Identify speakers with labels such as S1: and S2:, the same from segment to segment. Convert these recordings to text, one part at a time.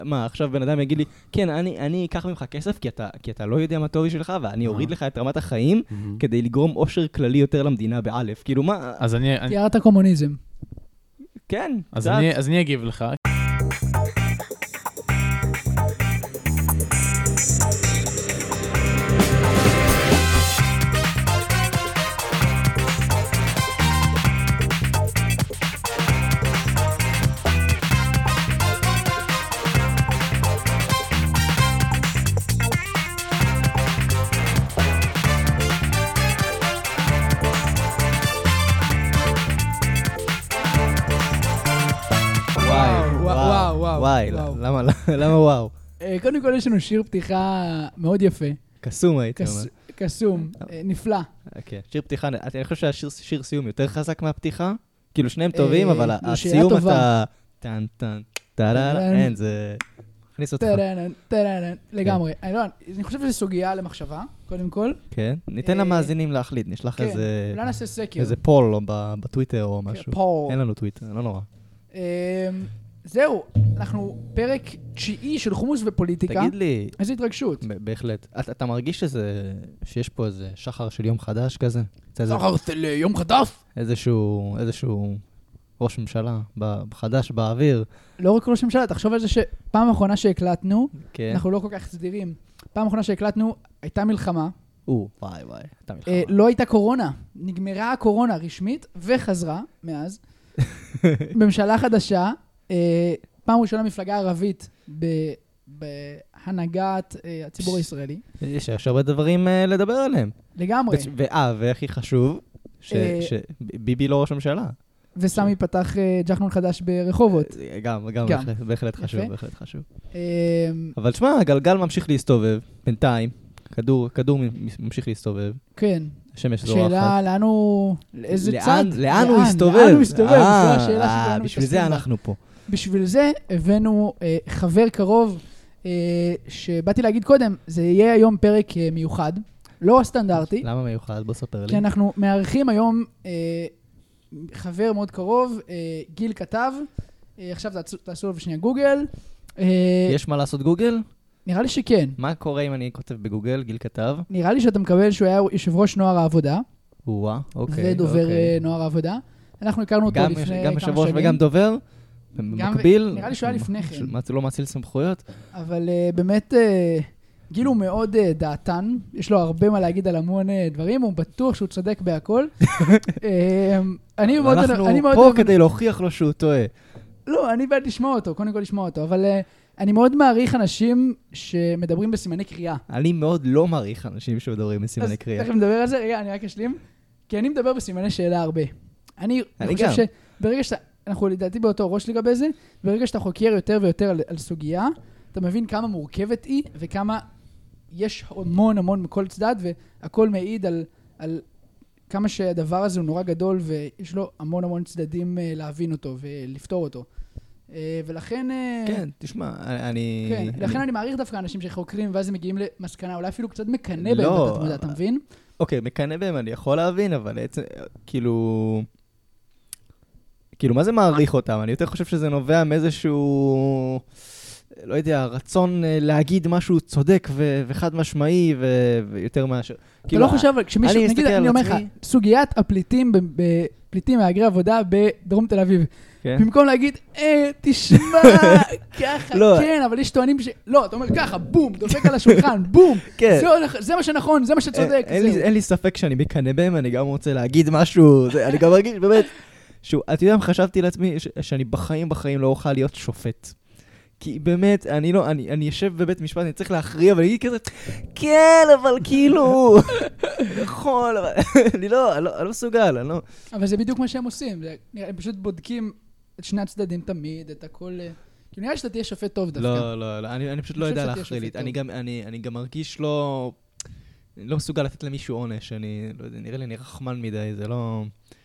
S1: מה, עכשיו בן אדם יגיד לי, כן, אני אקח ממך כסף, כי אתה לא יודע מה טוב שלך, ואני אוריד לך את רמת החיים, כדי לגרום עושר כללי יותר למדינה באלף. כאילו, מה...
S2: אז
S3: תיארת קומוניזם.
S1: כן,
S2: אז אני אגיב לך.
S1: וואי, למה וואו?
S3: קודם כל יש לנו שיר פתיחה מאוד יפה.
S1: קסום הייתי אומר.
S3: קסום, נפלא.
S1: אוקיי, שיר פתיחה, אני חושב שהשיר סיום יותר חזק מהפתיחה. כאילו שניהם טובים, אבל הסיום אתה... טן טן, טררר, אין, זה... הכניס אותך.
S3: לגמרי. אני חושב שזה סוגיה למחשבה, קודם כל.
S1: כן, ניתן למאזינים להחליט, נשלח איזה...
S3: אולי נעשה סקר.
S1: איזה פול בטוויטר או משהו. אין לנו טוויטר, לא נורא.
S3: זהו, אנחנו פרק 9 של חומוס ופוליטיקה.
S1: תגיד לי...
S3: איזו התרגשות.
S1: בהחלט. אתה מרגיש שיש פה איזה שחר של יום חדש כזה?
S3: שחר של יום חדש?
S1: איזשהו ראש ממשלה חדש באוויר.
S3: לא רק ראש ממשלה, תחשוב על זה שפעם האחרונה שהקלטנו, אנחנו לא כל כך סדירים, פעם האחרונה שהקלטנו הייתה מלחמה.
S1: וואי, הייתה מלחמה.
S3: לא הייתה קורונה, נגמרה הקורונה רשמית וחזרה מאז. ממשלה חדשה, פעם ראשונה מפלגה ערבית בהנהגת הציבור הישראלי.
S1: יש הרבה דברים לדבר עליהם.
S3: לגמרי.
S1: והכי חשוב, שביבי לא ראש הממשלה.
S3: וסמי פתח ג'חנון חדש ברחובות.
S1: גם, בהחלט חשוב. אבל תשמע, הגלגל ממשיך להסתובב, בינתיים, כדור ממשיך להסתובב.
S3: כן.
S1: השמש זורחת.
S3: שאלה, לאיזה צד?
S1: לאן הוא יסתובב?
S3: לאן הוא מסתובב? זו השאלה שלנו.
S1: בשביל זה אנחנו פה.
S3: בשביל זה הבאנו חבר קרוב, שבאתי להגיד קודם, זה יהיה היום פרק מיוחד, לא סטנדרטי.
S1: למה מיוחד? בוא ספר לי.
S3: כי אנחנו מארחים היום חבר מאוד קרוב, גיל כתב, עכשיו תעשו לו בשנייה גוגל.
S1: יש מה לעשות גוגל?
S3: נראה לי שכן.
S1: מה קורה אם אני כותב בגוגל, גיל כתב?
S3: נראה לי שאתה מקבל שהוא היה יושב ראש נוער העבודה.
S1: אוקיי.
S3: ודובר נוער העבודה. אנחנו הכרנו אותו לפני כמה שנים.
S1: גם יושב ראש וגם דובר? במקביל?
S3: נראה לי שהוא היה לפני כן.
S1: לא מאציל סמכויות?
S3: אבל באמת, גיל הוא מאוד דעתן. יש לו הרבה מה להגיד על המון דברים. הוא בטוח שהוא צודק בהכל.
S1: אנחנו פה כדי להוכיח לו שהוא טועה.
S3: לא, אני בעד לשמוע אותו, קודם כל לשמוע אותו. אבל אני מאוד מעריך אנשים שמדברים בסימני קריאה.
S1: אני מאוד לא מעריך אנשים שמדברים בסימני קריאה.
S3: אז תכף נדבר על זה. רגע, אני רק אשלים. כי אני מדבר בסימני שאלה הרבה. אני חושב שברגע שאנחנו לדעתי באותו ראש לגבי זה, ברגע שאתה חוקר יותר ויותר על סוגיה, אתה מבין כמה מורכבת היא, וכמה יש המון מכל צדד, והכל מעיד על כמה שהדבר הזה הוא נורא גדול, ויש לו המון צדדים להבין אותו ולפתור אותו. ולכן...
S1: כן, תשמע, אני...
S3: כן, לכן אני מעריך דווקא אנשים שחוקרים, ואז הם מגיעים למסקנה, אולי אפילו קצת מקנה בהם בתת-מודע, אתה מבין?
S1: אוקיי, מקנה בהם אני יכול להבין, אבל כאילו, מה זה מעריך אותם? אני יותר חושב שזה נובע מאיזשהו, לא יודע, רצון להגיד משהו צודק וחד משמעי, ויותר מאשר...
S3: אתה לא חושב, כשמישהו, נגיד, אני אומר לך, סוגיית הפליטים, פליטים מהגרי עבודה בדרום תל אביב, במקום להגיד, תשמע, ככה, כן, אבל יש טוענים לא, אתה אומר ככה, בום, דופק על השולחן, בום, זה מה שנכון, זה מה שצודק.
S1: אין לי ספק שאני מקנה בהם, אני גם רוצה להגיד משהו, אני גם מרגיש באמת, אתה יודע, חשבתי לעצמי שאני בחיים לא אוכל להיות שופט. כי באמת, אני יושב בבית משפט, אני צריך להכריע, ואני אגיד כזה, כן, אבל כאילו, נכון, אבל אני לא מסוגל, אני לא... אבל
S3: זה בדיוק מה שהם עושים, הם פשוט בודקים את שני הצדדים תמיד, את הכל... כי נראה שאתה תהיה שופט טוב דווקא.
S1: לא, אני פשוט לא יודע להכריע לי. אני גם מרגיש לא מסוגל לתת למישהו עונש, אני לא יודע, נראה לי אני רחמן מדי, זה לא...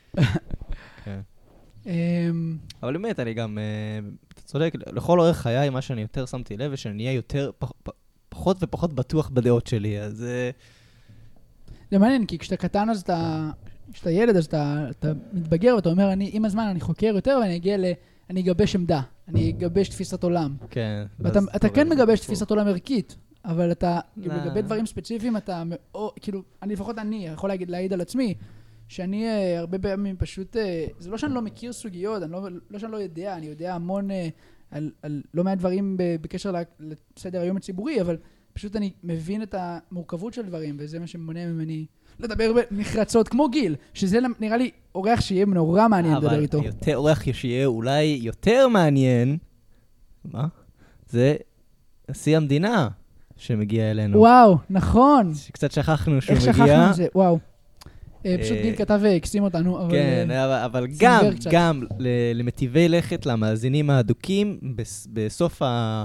S1: אבל באמת, אני גם, אתה צודק, לכל אורך חיי, מה שאני יותר שמתי לב, ושאני אהיה יותר, פחות ופחות בטוח בדעות שלי, אז...
S3: זה מעניין, כי כשאתה קטן, אז כשאתה ילד, אז אתה מתבגר, ואתה אומר, עם הזמן אני חוקר יותר, ואני אגיע אני אגבש עמדה, אני אגבש תפיסת עולם.
S1: כן.
S3: אתה כן מגבש תפיסת עולם ערכית, אבל אתה, לגבי דברים ספציפיים, אתה מאוד, כאילו, לפחות אני יכול להעיד על עצמי, שאני הרבה פעמים פשוט, זה לא שאני לא מכיר סוגיות, לא שאני לא יודע, אני יודע המון על לא מעט דברים בקשר לסדר היום הציבורי, אבל פשוט אני מבין את המורכבות של דברים, וזה מה שמונע ממני לדבר בנחרצות כמו גיל, שזה נראה לי אורח שיהיה נורא מעניין לדבר איתו.
S1: אבל אורח שיהיה אולי יותר מעניין, מה? זה נשיא המדינה שמגיע אלינו.
S3: וואו, נכון.
S1: שקצת שכחנו שהוא מגיע.
S3: איך שכחנו את זה, וואו. פשוט גיל כתב והקסים אותנו, אבל...
S1: כן, אבל גם למטיבי לכת, למאזינים האדוקים, בסוף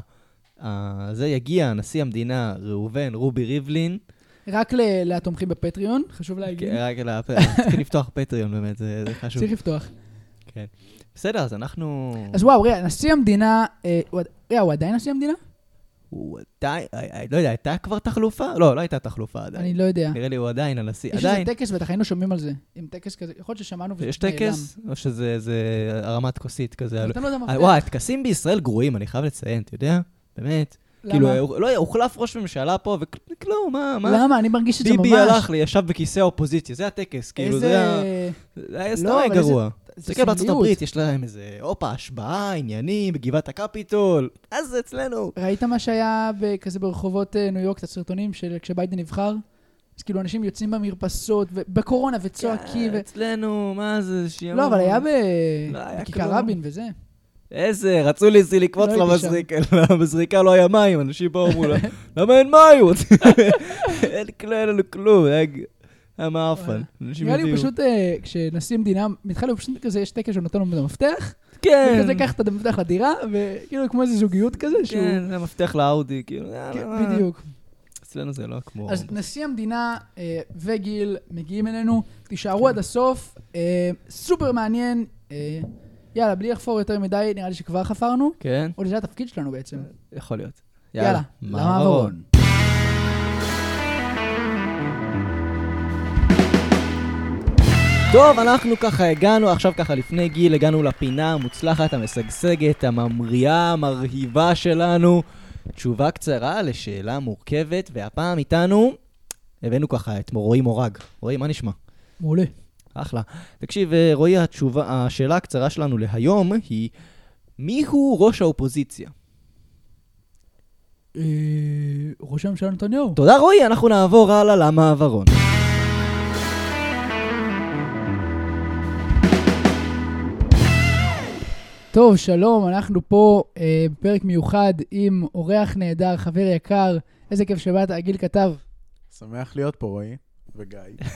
S1: זה יגיע נשיא המדינה ראובן רובי ריבלין.
S3: רק לתומכים בפטריון, חשוב להגיד.
S1: רק צריך לפתוח פטריון באמת, זה חשוב.
S3: צריך לפתוח.
S1: כן. בסדר, אז אנחנו...
S3: אז וואו, ראה, נשיא המדינה, הוא עדיין נשיא המדינה?
S1: הוא עדיין, לא יודע, הייתה כבר תחלופה? לא הייתה תחלופה עדיין.
S3: אני לא יודע.
S1: נראה לי הוא עדיין הנשיא.
S3: יש איזה טקס, בטח היינו שומעים על זה. עם טקס כזה, יכול להיות ששמענו וזה
S1: יש טקס? או שזה הרמת כוסית כזה?
S3: אתה לא יודע מה.
S1: וואי, הטקסים בישראל גרועים, אני חייב לציין, אתה יודע? באמת. כאילו, לא, הוחלף ראש ממשלה פה, וכלום, מה?
S3: למה? אני מרגיש את זה ממש.
S1: ביבי הלך לי, ישב בכיסא האופוזיציה, זה הטקס, כאילו, זה היה סתם גרוע. זה כאילו בארצות הברית, יש להם איזה, השבעה, עניינים, בגבעת הקפיטול, אז זה אצלנו.
S3: ראית מה שהיה כזה ברחובות ניו יורק, את הסרטונים כשביידן נבחר? אז כאילו, אנשים יוצאים במרפסות, בקורונה וצועקים.
S1: אצלנו, מה זה?
S3: לא, אבל היה בכיכר רבין וזה.
S1: איזה, רצו לי לקפוץ למזריקה, למזריקה לא היה מים, אנשים באו אמרו לה, למה אין מים? אין לנו כלום, היה מאפן.
S3: נראה לי פשוט, כשנשיא מדינה מתחיל, הוא פשוט כזה, יש טקס שהוא נותן לו את המפתח,
S1: כן.
S3: וכזה קח את המפתח לדירה, וכאילו כמו איזו זוגיות כזה,
S1: כן, זה המפתח לאודי, כאילו.
S3: בדיוק.
S1: אצלנו זה לא כמו...
S3: אז נשיא המדינה וגיל מגיעים אלינו, תישארו עד הסוף, סופר מעניין, יאללה, בלי לחפור יותר מדי, נראה לי שכבר חפרנו.
S1: כן.
S3: או זה התפקיד שלנו בעצם.
S1: יכול להיות.
S3: יאללה, למעברון.
S1: טוב, אנחנו ככה הגענו, עכשיו ככה לפני גיל, הגענו לפינה המוצלחת, המשגשגת, הממריאה, המרהיבה שלנו. תשובה קצרה לשאלה מורכבת, והפעם איתנו הבאנו ככה את רועי מורג. רועי, מה נשמע?
S3: מעולה.
S1: אחלה. תקשיב, רועי, השאלה הקצרה שלנו להיום היא, מי הוא ראש האופוזיציה?
S3: ראש הממשלה נתניהו.
S1: תודה רועי, אנחנו נעבור הלאה למעברון.
S3: טוב, שלום, אנחנו פה בפרק מיוחד עם אורח נהדר, חבר יקר. איזה כיף שבאת, גיל כתב.
S2: שמח להיות פה, רועי וגיא.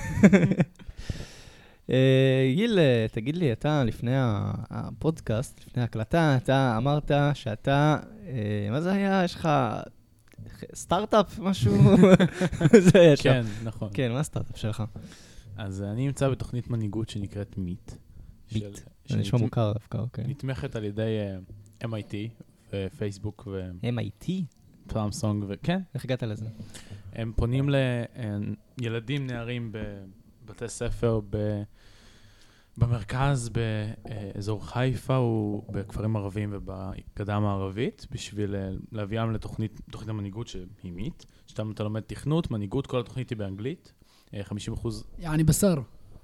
S1: גיל, תגיד לי, אתה לפני הפודקאסט, לפני ההקלטה, אתה אמרת שאתה, מה זה היה? יש לך סטארט-אפ, משהו?
S2: כן, נכון.
S1: כן, מה הסטארט-אפ שלך?
S2: אז אני נמצא בתוכנית מנהיגות שנקראת מיט.
S1: מיט, זה נשמע מוכר דווקא, אוקיי.
S2: נתמכת על ידי MIT ופייסבוק ו...
S1: MIT?
S2: סמסונג וכן.
S1: איך הגעת לזה?
S2: הם פונים לילדים, נערים בבתי ספר במרכז, באזור חיפה ובכפרים ערביים ובגדה המערבית, בשביל להביאם לתוכנית המנהיגות שהיא מיט. שאתה לומד תכנות, מנהיגות, כל התוכנית היא באנגלית. 50%...
S3: יעני בשר.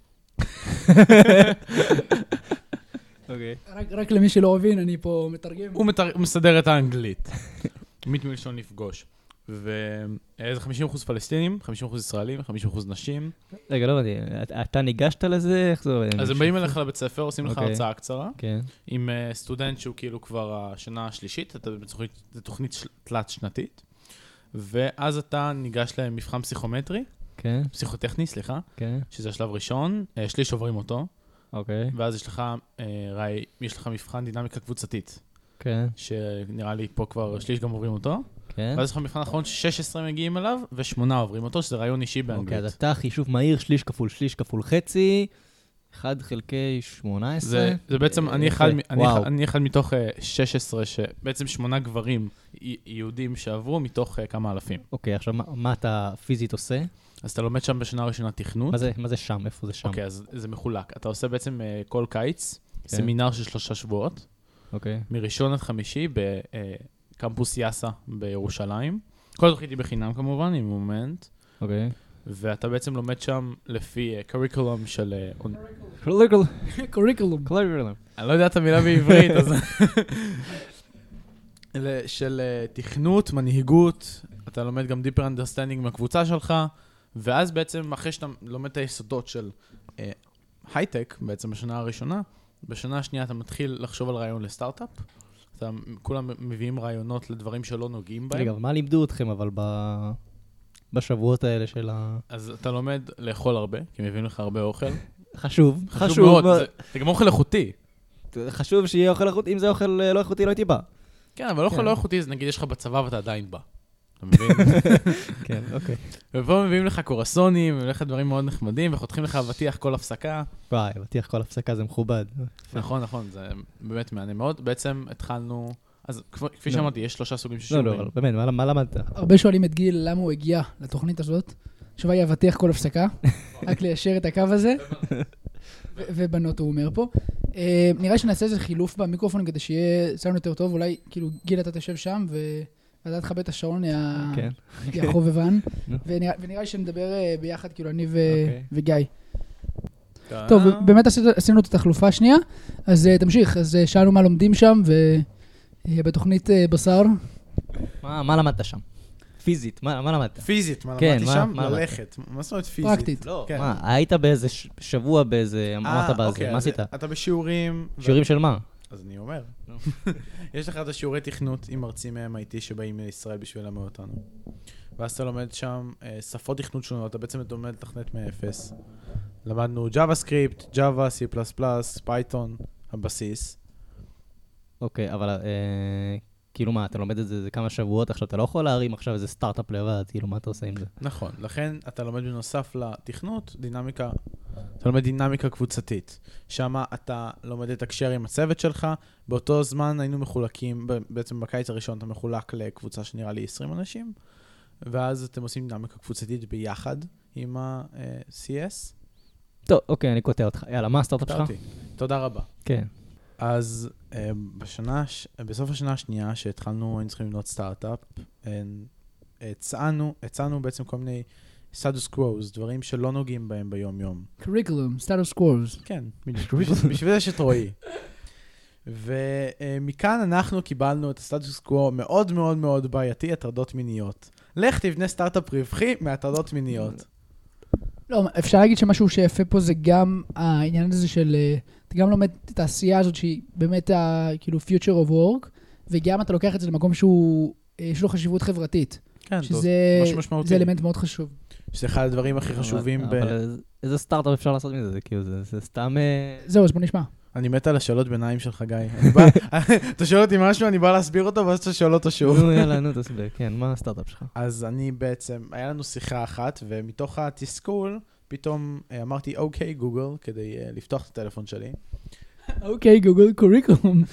S1: אוקיי.
S3: רק למי שלא הבין, אני פה מתרגם.
S2: הוא מסדר את האנגלית. מיט מלשון לפגוש. ואיזה 50% פלסטינים, 50% ישראלים, 50% נשים.
S1: רגע, לא הבנתי, אתה ניגשת לזה? איך זה עובד?
S2: אז הם באים אליך לבית ספר, עושים לך הרצאה קצרה.
S1: כן.
S2: עם סטודנט שהוא כאילו כבר השנה השלישית, זו תוכנית תלת שנתית. ואז אתה ניגש למבחן פסיכומטרי.
S1: כן.
S2: פסיכוטכני, סליחה.
S1: כן.
S2: שזה השלב ראשון. שליש עוברים אותו.
S1: אוקיי.
S2: ואז יש לך מבחן דינמיקה קבוצתית.
S1: כן.
S2: שנראה לי פה כבר שליש גם עוברים אותו.
S1: כן.
S2: ואז יש לך מבחן האחרון ש16 מגיעים אליו, ו8 עוברים אותו, שזה רעיון אישי באנגלית.
S1: אוקיי, אז אתה חישוב מהיר, שליש כפול חצי, 1 חלקי 18.
S2: זה בעצם, אני אחד מתוך 16, שבעצם 8 גברים יהודים שעברו מתוך כמה אלפים.
S1: אוקיי, עכשיו מה אתה פיזית עושה?
S2: אז אתה לומד שם בשנה הראשונה תכנות.
S1: מה זה שם? איפה זה שם?
S2: אוקיי, אז זה מחולק. אתה עושה בעצם כל קיץ, סמינר של 3 שבועות,
S1: אוקיי.
S2: מראשון עד חמישי בקמפוס יאסה בירושלים. כל התוכנית היא בחינם כמובן, עם מומנט.
S1: אוקיי.
S2: ואתה בעצם לומד שם לפי קוריקולום של...
S3: קוריקולום.
S2: אני לא יודע את המילה בעברית, אז... של תכנות, מנהיגות, אתה לומד גם deeper understanding מהקבוצה שלך, ואז בעצם אחרי שאתה לומד את היסודות של הייטק, בעצם בשנה הראשונה, בשנה השנייה אתה מתחיל לחשוב על רעיון לסטארט-אפ, כולם מביאים רעיונות לדברים שלא נוגעים בהם.
S1: רגע, מה לימדו אתכם אבל בשבועות האלה של ה...
S2: אז אתה לומד לאכול הרבה, כי מביאים לך הרבה אוכל.
S1: חשוב
S2: מאוד, זה גם אוכל איכותי.
S1: חשוב שיהיה אוכל איכותי, אם זה אוכל לא איכותי לא הייתי בא.
S2: כן, אבל אוכל לא איכותי, אז נגיד יש לך בצבא ואתה עדיין בא. אתה מבין?
S1: כן, אוקיי.
S2: ופה מביאים לך קורסונים, מביאים לך דברים מאוד נחמדים, וחותכים לך אבטיח כל הפסקה.
S1: וואי, אבטיח כל הפסקה זה מכובד.
S2: נכון, זה באמת מעניין מאוד. בעצם התחלנו, אז כפי שאמרתי, יש 3 סוגים של שיעורים.
S1: לא, באמת, מה למדת?
S3: הרבה שואלים את גיל למה הוא הגיע לתוכנית הזאת. התשובה היא אבטיח כל הפסקה, רק ליישר את הקו הזה. ובנות הוא אומר פה. נראה שנעשה איזה חילוף במיקרופון כדי שיהיה סלון יותר טוב, אולי כאילו גיל אתה תשב שם ואתה תכבד את השעון החובבן, ונראה לי שנדבר ביחד כאילו אני וגיא. טוב, באמת עשינו את התחלופה השנייה, אז תמשיך, אז שאלנו מה לומדים שם ובתוכנית בשר.
S1: מה למדת שם? פיזית, מה למדת?
S2: פיזית, מה למדתי שם? ללכת. מה זאת אומרת פיזית?
S3: פרקטית.
S2: לא.
S1: מה, היית באיזה שבוע באיזה, אמרת בזה, מה עשית?
S2: אתה בשיעורים...
S1: שיעורים של מה?
S2: אז אני אומר. יש לך את השיעורי תכנות עם מרצים מ-MIT שבאים לישראל בשביל ללמד אותנו. ואז אתה לומד שם שפות תכנות שונות, אתה בעצם לומד לתכנת מאפס. למדנו JavaScript, Java, C++, Python, הבסיס.
S1: אוקיי, אבל כאילו מה, אתה לומד את זה כמה שבועות, עכשיו אתה לא יכול להרים עכשיו איזה סטארט-אפ לבד, כאילו מה אתה עושה עם זה?
S2: נכון, לכן אתה לומד בנוסף לתכנות, אתה לומד דינמיקה קבוצתית. שם אתה לומד את הקשר עם הצוות שלך, באותו זמן היינו מחולקים, בעצם בקיץ הראשון אתה מחולק לקבוצה שנראה לי 20 אנשים, ואז אתם עושים דינמיקה קבוצתית ביחד עם ה-CS.
S1: טוב, אוקיי, אני קוטע אותך. יאללה, מה הסטארט-אפ שלך?
S2: תודה רבה.
S1: כן.
S2: אז בסוף השנה השנייה שהתחלנו, היינו צריכים לבנות סטארט-אפ, הצענו בעצם כל מיני סטטוס קווז, דברים שלא נוגעים בהם ביום-יום.
S3: קוריקולום, סטטוס קווז.
S2: כן, בשביל זה שתרואי. ומכאן אנחנו קיבלנו את הסטטוס קוו מאוד מאוד מאוד בעייתי, הטרדות מיניות. לך תבנה סטארט-אפ רווחי מהטרדות מיניות.
S3: לא, אפשר להגיד שמשהו שיפה פה זה גם העניין הזה של, אתה גם לומד את העשייה הזאת שהיא באמת כאילו future of work, וגם אתה לוקח את זה למקום שהוא, יש לו חשיבות חברתית.
S2: כן,
S3: שזה
S2: משהו משמעותי.
S3: זה אלמנט מאוד חשוב.
S2: שזה אחד הדברים הכי חשובים
S1: אבל איזה סטארט-אפ אפשר לעשות מזה? זה כאילו, זה סתם...
S3: זהו, אז בוא נשמע.
S2: אני מת על השאלות ביניים שלך, גיא. אתה שואל אותי משהו, אני בא להסביר אותו, ואז אתה שואל אותו שוב.
S1: נו, יאללה, נו, תסביר. כן, מה הסטארט-אפ שלך?
S2: אז אני בעצם, היה לנו שיחה אחת, ומתוך התסכול, פתאום אמרתי, אוקיי, גוגל, כדי לפתוח את הטלפון שלי.
S3: אוקיי, גוגל, קוריקולום.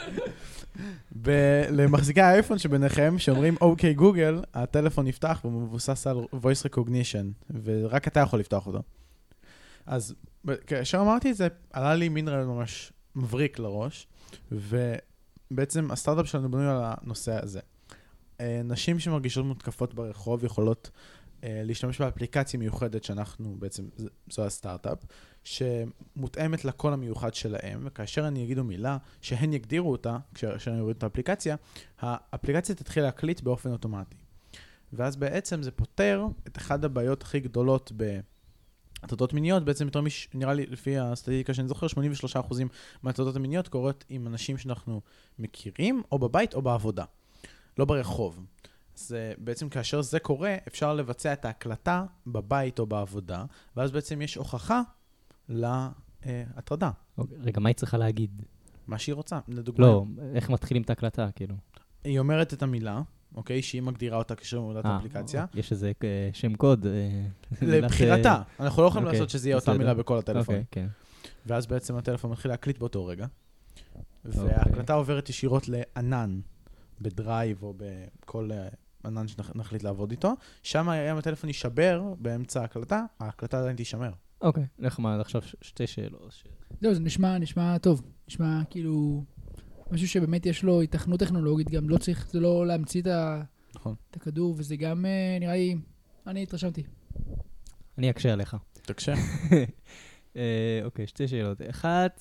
S2: למחזיקי האייפון שביניכם, שאומרים, אוקיי, גוגל, הטלפון נפתח, והוא מבוסס על voice recognition, ורק אתה יכול לפתוח אותו. אז כאשר אמרתי את זה, עלה לי מין רעיון ממש מבריק לראש, ובעצם הסטארט-אפ שלנו בנוי על הנושא הזה. נשים שמרגישות מותקפות ברחוב יכולות להשתמש באפליקציה מיוחדת שאנחנו בעצם, זו הסטארט-אפ, שמותאמת לקול המיוחד שלהם, וכאשר אני אגידו מילה שהן יגדירו אותה, כאשר אני אוריד את האפליקציה, האפליקציה תתחיל להקליט באופן אוטומטי. ואז בעצם זה פותר את אחד הבעיות הכי גדולות הטרדות מיניות, בעצם יותר נראה לי לפי הסטטיסטיקה שאני זוכר, 83% מהטרדות המיניות קורות עם אנשים שאנחנו מכירים, או בבית או בעבודה, לא ברחוב. אז בעצם כאשר זה קורה, אפשר לבצע את ההקלטה בבית או בעבודה, ואז בעצם יש הוכחה להטרדה.
S1: רגע, מה היא צריכה להגיד?
S2: מה שהיא רוצה, לדוגמה.
S1: לא, איך מתחילים את ההקלטה, כאילו?
S2: היא אומרת את המילה, אוקיי, שהיא מגדירה אותה כשם מעבודת האפליקציה.
S1: יש איזה שם קוד.
S2: לבחירתה. אנחנו לא יכולים לעשות שזה יהיה אותה מילה בכל הטלפון.
S1: אוקיי, כן.
S2: ואז בעצם הטלפון מתחיל להקליט באותו רגע. וההקלטה עוברת ישירות לענן, בדרייב או בכל ענן שנחליט לעבוד איתו. שם אם הטלפון יישבר באמצע ההקלטה, ההקלטה עדיין תישמר.
S1: אוקיי, נחמד, עכשיו שתי שאלות.
S3: זהו, זה נשמע טוב. נשמע כאילו משהו שבאמת יש לו התכנות טכנולוגית, גם לא צריך, זה לא להמציא
S2: נכון.
S3: את הכדור, וזה גם נראה לי, אני התרשמתי.
S1: אני אקשה עליך.
S2: תקשה.
S1: אוקיי, שתי שאלות. אחת,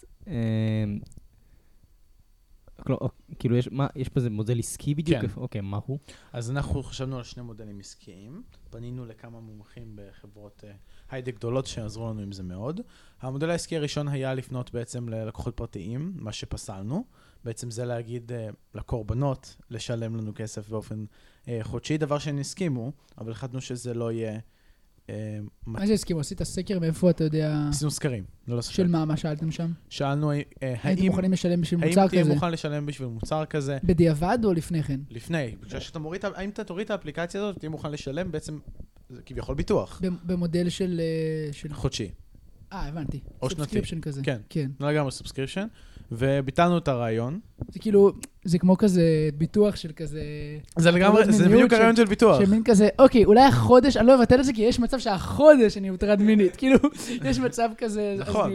S1: כאילו יש פה איזה מודל עסקי בדיוק?
S2: כן.
S1: אוקיי, מה הוא?
S2: אז אנחנו חשבנו על 2 מודלים עסקיים, פנינו לכמה מומחים בחברות הייטק גדולות שעזרו לנו עם זה מאוד. המודל העסקי הראשון היה לפנות בעצם ללקוחות פרטיים, מה שפסלנו. בעצם זה להגיד לקורבנות לשלם לנו כסף באופן חודשי, דבר שהם הסכימו, אבל החלטנו שזה לא יהיה...
S3: מה זה הסכימו? עשית סקר מאיפה אתה יודע...
S2: עשינו סקרים, לא ספק.
S3: של מה שאלתם שם?
S2: שאלנו
S3: הייתם מוכנים לשלם בשביל מוצר כזה?
S2: האם תהיה מוכן לשלם בשביל מוצר כזה?
S3: בדיעבד או לפני כן?
S2: לפני. האם אתה תוריד את האפליקציה הזאת, תהיה מוכן לשלם בעצם כביכול ביטוח.
S3: במודל של...
S2: חודשי.
S3: הבנתי.
S2: או שנתי.
S3: סאבסקריפשן כזה.
S2: כן. לא לגמרי סאבסקריפשן. וביטלנו את הרעיון.
S3: זה כאילו, זה כמו כזה ביטוח של כזה...
S2: זה לגמרי, זה בדיוק הרעיון של ביטוח.
S3: שמין כזה, אוקיי, אולי החודש, אני לא אבטל את זה, כי יש מצב שהחודש אני מוטרד מינית. כאילו, יש מצב כזה...
S2: נכון.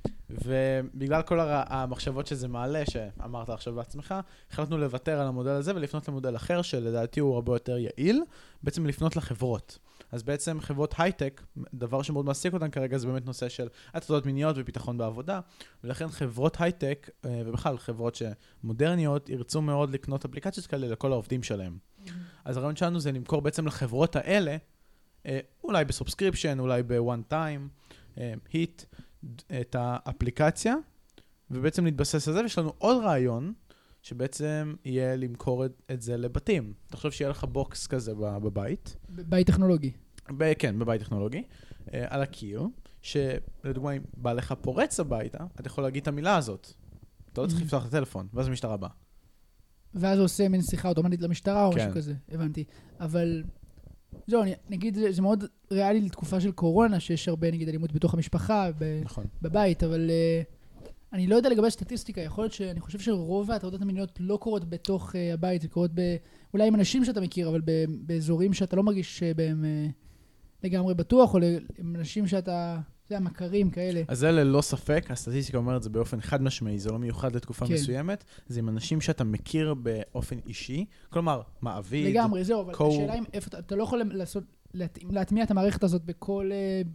S2: ובגלל כל המחשבות שזה מעלה, שאמרת עכשיו בעצמך, החלטנו לוותר על המודל הזה ולפנות למודל אחר, שלדעתי הוא הרבה יותר יעיל, בעצם לפנות לחברות. אז בעצם חברות הייטק, דבר שמאוד מעסיק אותן כרגע, זה באמת נושא של הטרדות מיניות וביטחון בעבודה, ולכן חברות הייטק, ובכלל חברות שמודרניות, ירצו מאוד לקנות אפליקציות כאלה לכל העובדים שלהם. אז הרעיון שלנו זה למכור בעצם לחברות האלה, אולי בסובסקריפשן, אולי ב-one time, hit, את האפליקציה, ובעצם להתבסס על זה, ויש לנו עוד רעיון, שבעצם יהיה למכור את זה לבתים. תחשוב שיהיה לך בוקס כזה בבית.
S3: בבית טכנולוגי.
S2: כן, בבית טכנולוגי, על הקיר, שלדוגמה, אם בא לך פורץ הביתה, אתה יכול להגיד את המילה הזאת. אתה לא צריך לפתוח את הטלפון, ואז המשטרה באה.
S3: ואז הוא עושה מין שיחה אוטומטית למשטרה או משהו כזה, הבנתי. אבל, זהו, נגיד, זה מאוד ריאלי לתקופה של קורונה, שיש הרבה, נגיד, אלימות בתוך המשפחה, בבית, אבל אני לא יודע לגבי הסטטיסטיקה, יכול להיות שאני חושב שרוב ההטרדות המיניות לא קורות בתוך הבית, זה קורות אולי עם אנשים שאתה מכיר, אבל באזורים שאתה לא מרגיש בהם לגמרי בטוח, או עם אנשים שאתה, זה המכרים כאלה.
S2: אז זה ללא ספק, הסטטיסטיקה אומרת זה באופן חד משמעי, זה לא מיוחד לתקופה מסוימת, זה עם אנשים שאתה מכיר באופן אישי, כלומר, מעביד,
S3: לגמרי, זהו, אבל השאלה אם אתה לא יכול להטמיע את המערכת הזאת בכל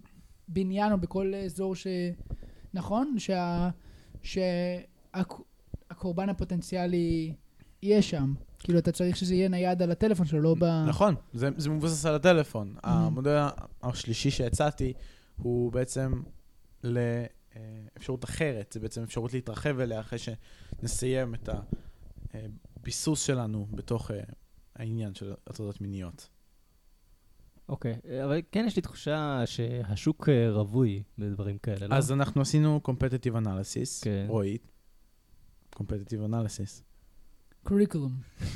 S3: בניין או בכל אזור נכון? שהקורבן הפוטנציאלי יהיה שם. כאילו, אתה צריך שזה יהיה נייד על הטלפון שלו, לא ב...
S2: נכון, זה מבוסס על הטלפון. המודל השלישי שהצעתי הוא בעצם לאפשרות אחרת. זה בעצם אפשרות להתרחב אליה אחרי שנסיים את הביסוס שלנו בתוך העניין של הטרדות מיניות.
S1: אוקיי, אבל כן יש לי תחושה שהשוק רווי בדברים כאלה, לא?
S2: אז אנחנו עשינו competitive analysis, רואי, competitive analysis.
S3: קוריקולום.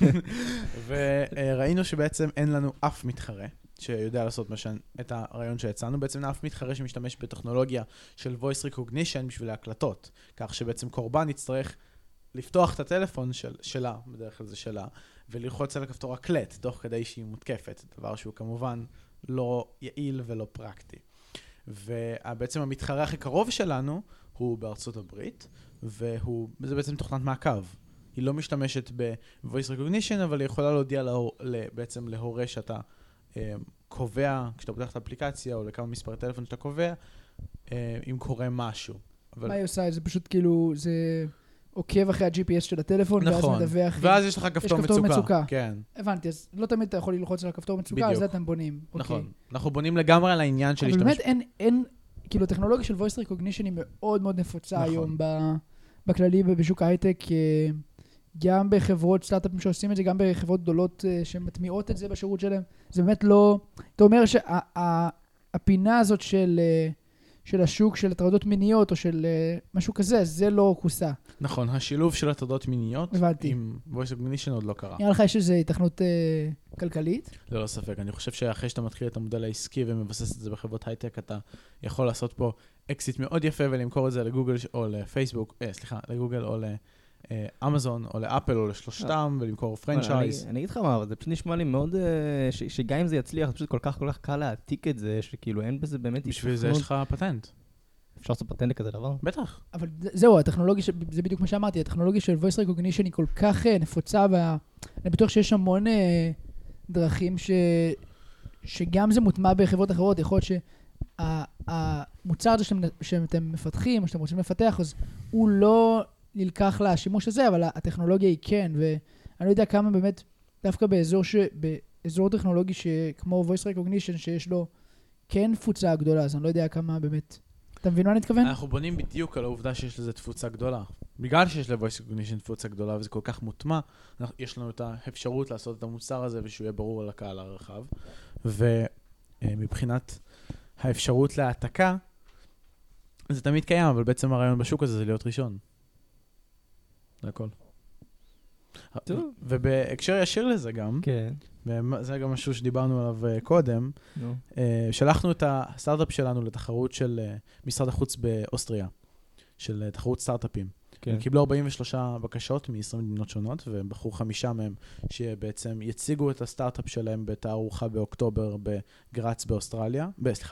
S2: וראינו שבעצם אין לנו אף מתחרה שיודע לעשות את הרעיון שהצענו, בעצם אף מתחרה שמשתמש בטכנולוגיה של voice recognition בשביל ההקלטות, כך שבעצם קורבן יצטרך לפתוח את הטלפון שלה, בדרך כלל זה שלה, וללחוץ על הכפתור הקלט, תוך כדי שהיא מותקפת, דבר שהוא כמובן לא יעיל ולא פרקטי. ובעצם המתחרה הכי קרוב שלנו הוא בארצות הברית, וזה בעצם תוכנת מעקב. היא לא משתמשת ב-voice recognition, אבל היא יכולה להודיע בעצם להורה שאתה קובע, כשאתה פותח את האפליקציה, או לכמה מספרי טלפון שאתה קובע, אם קורה משהו.
S3: מה היא עושה? זה פשוט כאילו, זה עוקב אחרי ה-GPS של הטלפון,
S2: נכון.
S3: ואז מדווח.
S2: ואז יש לך כפתור מצוקה. כן.
S3: הבנתי, אז לא תמיד אתה יכול ללחוץ על הכפתור מצוקה, אז זה אתם בונים.
S2: נכון. אנחנו בונים לגמרי על העניין של
S3: להשתמש. אבל באמת אין, כאילו, הטכנולוגיה של voice recognition היא מאוד מאוד נפוצה היום בכללי בשוק ההייטק, גם בחברות סטארט-אפים שעושים את זה, גם בחברות גדולות שמטמיעות את זה בשירות שלהם. זה באמת לא... אתה אומר שהפינה הזאת של השוק של הטרדות מיניות או של משהו כזה, זה לא כוסה.
S2: נכון, השילוב של הטרדות מיניות עם voice recognition עוד לא קרה.
S3: נראה לך יש איזו התכנות כלכלית?
S2: לא ספק. אני חושב שאחרי שאתה מתחיל את המודל העסקי ומבסס את זה בחברות הייטק, אתה יכול לעשות פה אקסיט מאוד יפה ולמכור את זה לגוגל או לפייסבוק, לגוגל או אמזון או לאפל או לשלושתם ולמכור פרנצ'ייז.
S1: אני אגיד לך מה, זה פשוט נשמע לי מאוד, שגם אם זה יצליח, זה פשוט כל כך קל להעתיק את זה, שכאילו אין בזה באמת...
S2: בשביל זה יש לך פטנט.
S1: אפשר לעשות פטנט לכזה דבר?
S2: בטח.
S3: אבל זהו, הטכנולוגיה, זה בדיוק מה שאמרתי, הטכנולוגיה של voice recognition היא כל כך נפוצה, ואני בטוח שיש המון דרכים שגם זה מוטמע בחברות אחרות, יכול להיות שהמוצר הזה שאתם מפתחים, או שאתם רוצים לפתח, אז הוא לא נלקח לשימוש הזה, אבל הטכנולוגיה היא כן, ואני לא יודע כמה באמת, דווקא באזור טכנולוגי כמו voice recognition, שיש לו כן תפוצה גדולה, אז אני לא יודע כמה באמת... אתה מבין מה אני מתכוון?
S2: אנחנו בונים בדיוק על העובדה שיש לזה תפוצה גדולה. בגלל שיש ל-voice recognition תפוצה גדולה, וזה כל כך מוטמע, יש לנו את האפשרות לעשות את המוצר הזה, ושהוא יהיה ברור לקהל הרחב. ומבחינת האפשרות להעתקה, זה תמיד קיים, אבל בעצם הרעיון בשוק הזה זה להיות ראשון. זה הכל.
S1: טוב.
S2: ובהקשר ישיר לזה גם,
S1: כן.
S2: וזה גם משהו שדיברנו עליו קודם, שלחנו את הסטארט-אפ שלנו לתחרות של משרד החוץ באוסטריה, של תחרות סטארט-אפים. הם קיבלו 43 בקשות מ-20 מדינות שונות, ובחרו 5 מהם שבעצם יציגו את הסטארט-אפ שלהם בתערוכה באוקטובר בגרץ באוסטריה.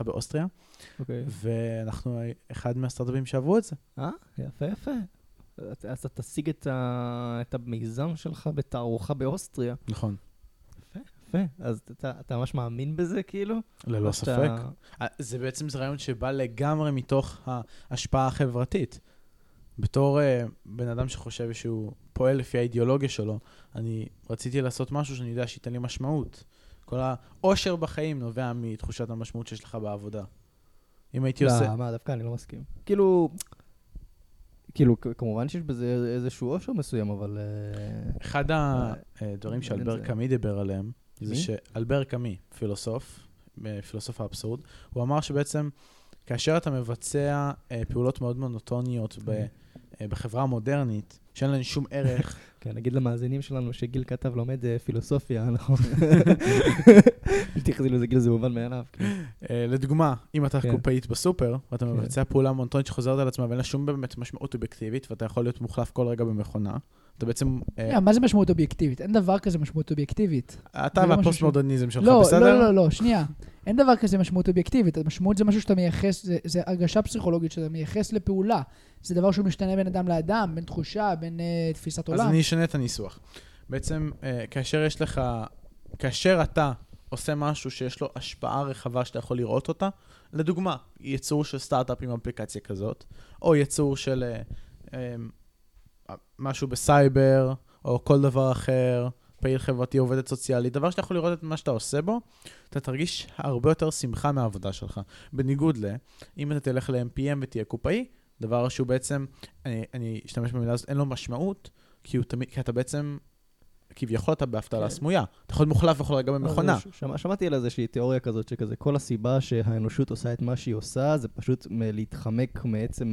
S2: ואנחנו אחד מהסטארט-אפים שעברו את זה.
S1: יפה, יפה. אז אתה תשיג את המיזם שלך בתערוכה באוסטריה.
S2: נכון.
S1: יפה. אז אתה ממש מאמין בזה, כאילו?
S2: ללא ספק. זה בעצם רעיון שבא לגמרי מתוך ההשפעה החברתית. בתור בן אדם שחושב שהוא פועל לפי האידיאולוגיה שלו, אני רציתי לעשות משהו שאני יודע שייתן לי משמעות. כל האושר בחיים נובע מתחושת המשמעות שיש לך בעבודה. אם הייתי עושה...
S1: לא, מה, דווקא אני לא מסכים. כאילו, כמובן שיש בזה איזשהו אושר מסוים, אבל...
S2: אחד הדברים שאלבר קאמי דיבר עליהם, זה שאלבר קאמי, פילוסוף האבסורד, הוא אמר שבעצם כאשר אתה מבצע פעולות מאוד מונוטוניות בחברה המודרנית, שאין להן שום ערך...
S1: כן, נגיד למאזינים שלנו שגיל כתב לומד פילוסופיה, נכון? תחזילו זה גיל, זה מובן מאליו.
S2: לדוגמה, אם אתה קופאית בסופר, ואתה מבצע פעולה מונוטונית שחוזרת על עצמה, ואין לה שום באמת משמעות אובייקטיבית, ואתה יכול להיות מוחלף כל רגע במכונה, אתה בעצם...
S3: מה זה משמעות אובייקטיבית? אין דבר כזה משמעות אובייקטיבית.
S2: אתה והפוסט-מודרניזם שלך, בסדר?
S3: לא, שנייה. אין דבר כזה משמעות אובייקטיבית. המשמעות זה משהו שאתה מייחס, זה הרגשה פסיכולוגית שאתה מייחס לפעולה. זה דבר שהוא משתנה בין אדם לאדם, בין תחושה, בין תפיסת עולם.
S2: אז אני אשנה את הניסוח. בעצם, כאשר אתה עושה משהו שיש לו השפעה רחבה שאתה יכול לראות אותה, לדוגמה, ייצור של סטארט-אפ עם אפליקציה כזאת, או ייצור של משהו בסייבר, או כל דבר אחר, פעיל חברתי, עובדת סוציאלית, דבר שאתה יכול לראות את מה שאתה עושה בו, אתה תרגיש הרבה יותר שמחה מהעבודה שלך. בניגוד אם אתה תלך ל-MPM ותהיה קופאי, דבר שהוא בעצם, אני אשתמש במילה הזאת, אין לו משמעות, כי אתה בעצם, כביכול אתה בהפתעה סמויה. אתה יכול להיות מוחלף וכל רגע במכונה.
S1: שמעתי על איזושהי תיאוריה כזאת, שכזה, כל הסיבה שהאנושות עושה את מה שהיא עושה, זה פשוט להתחמק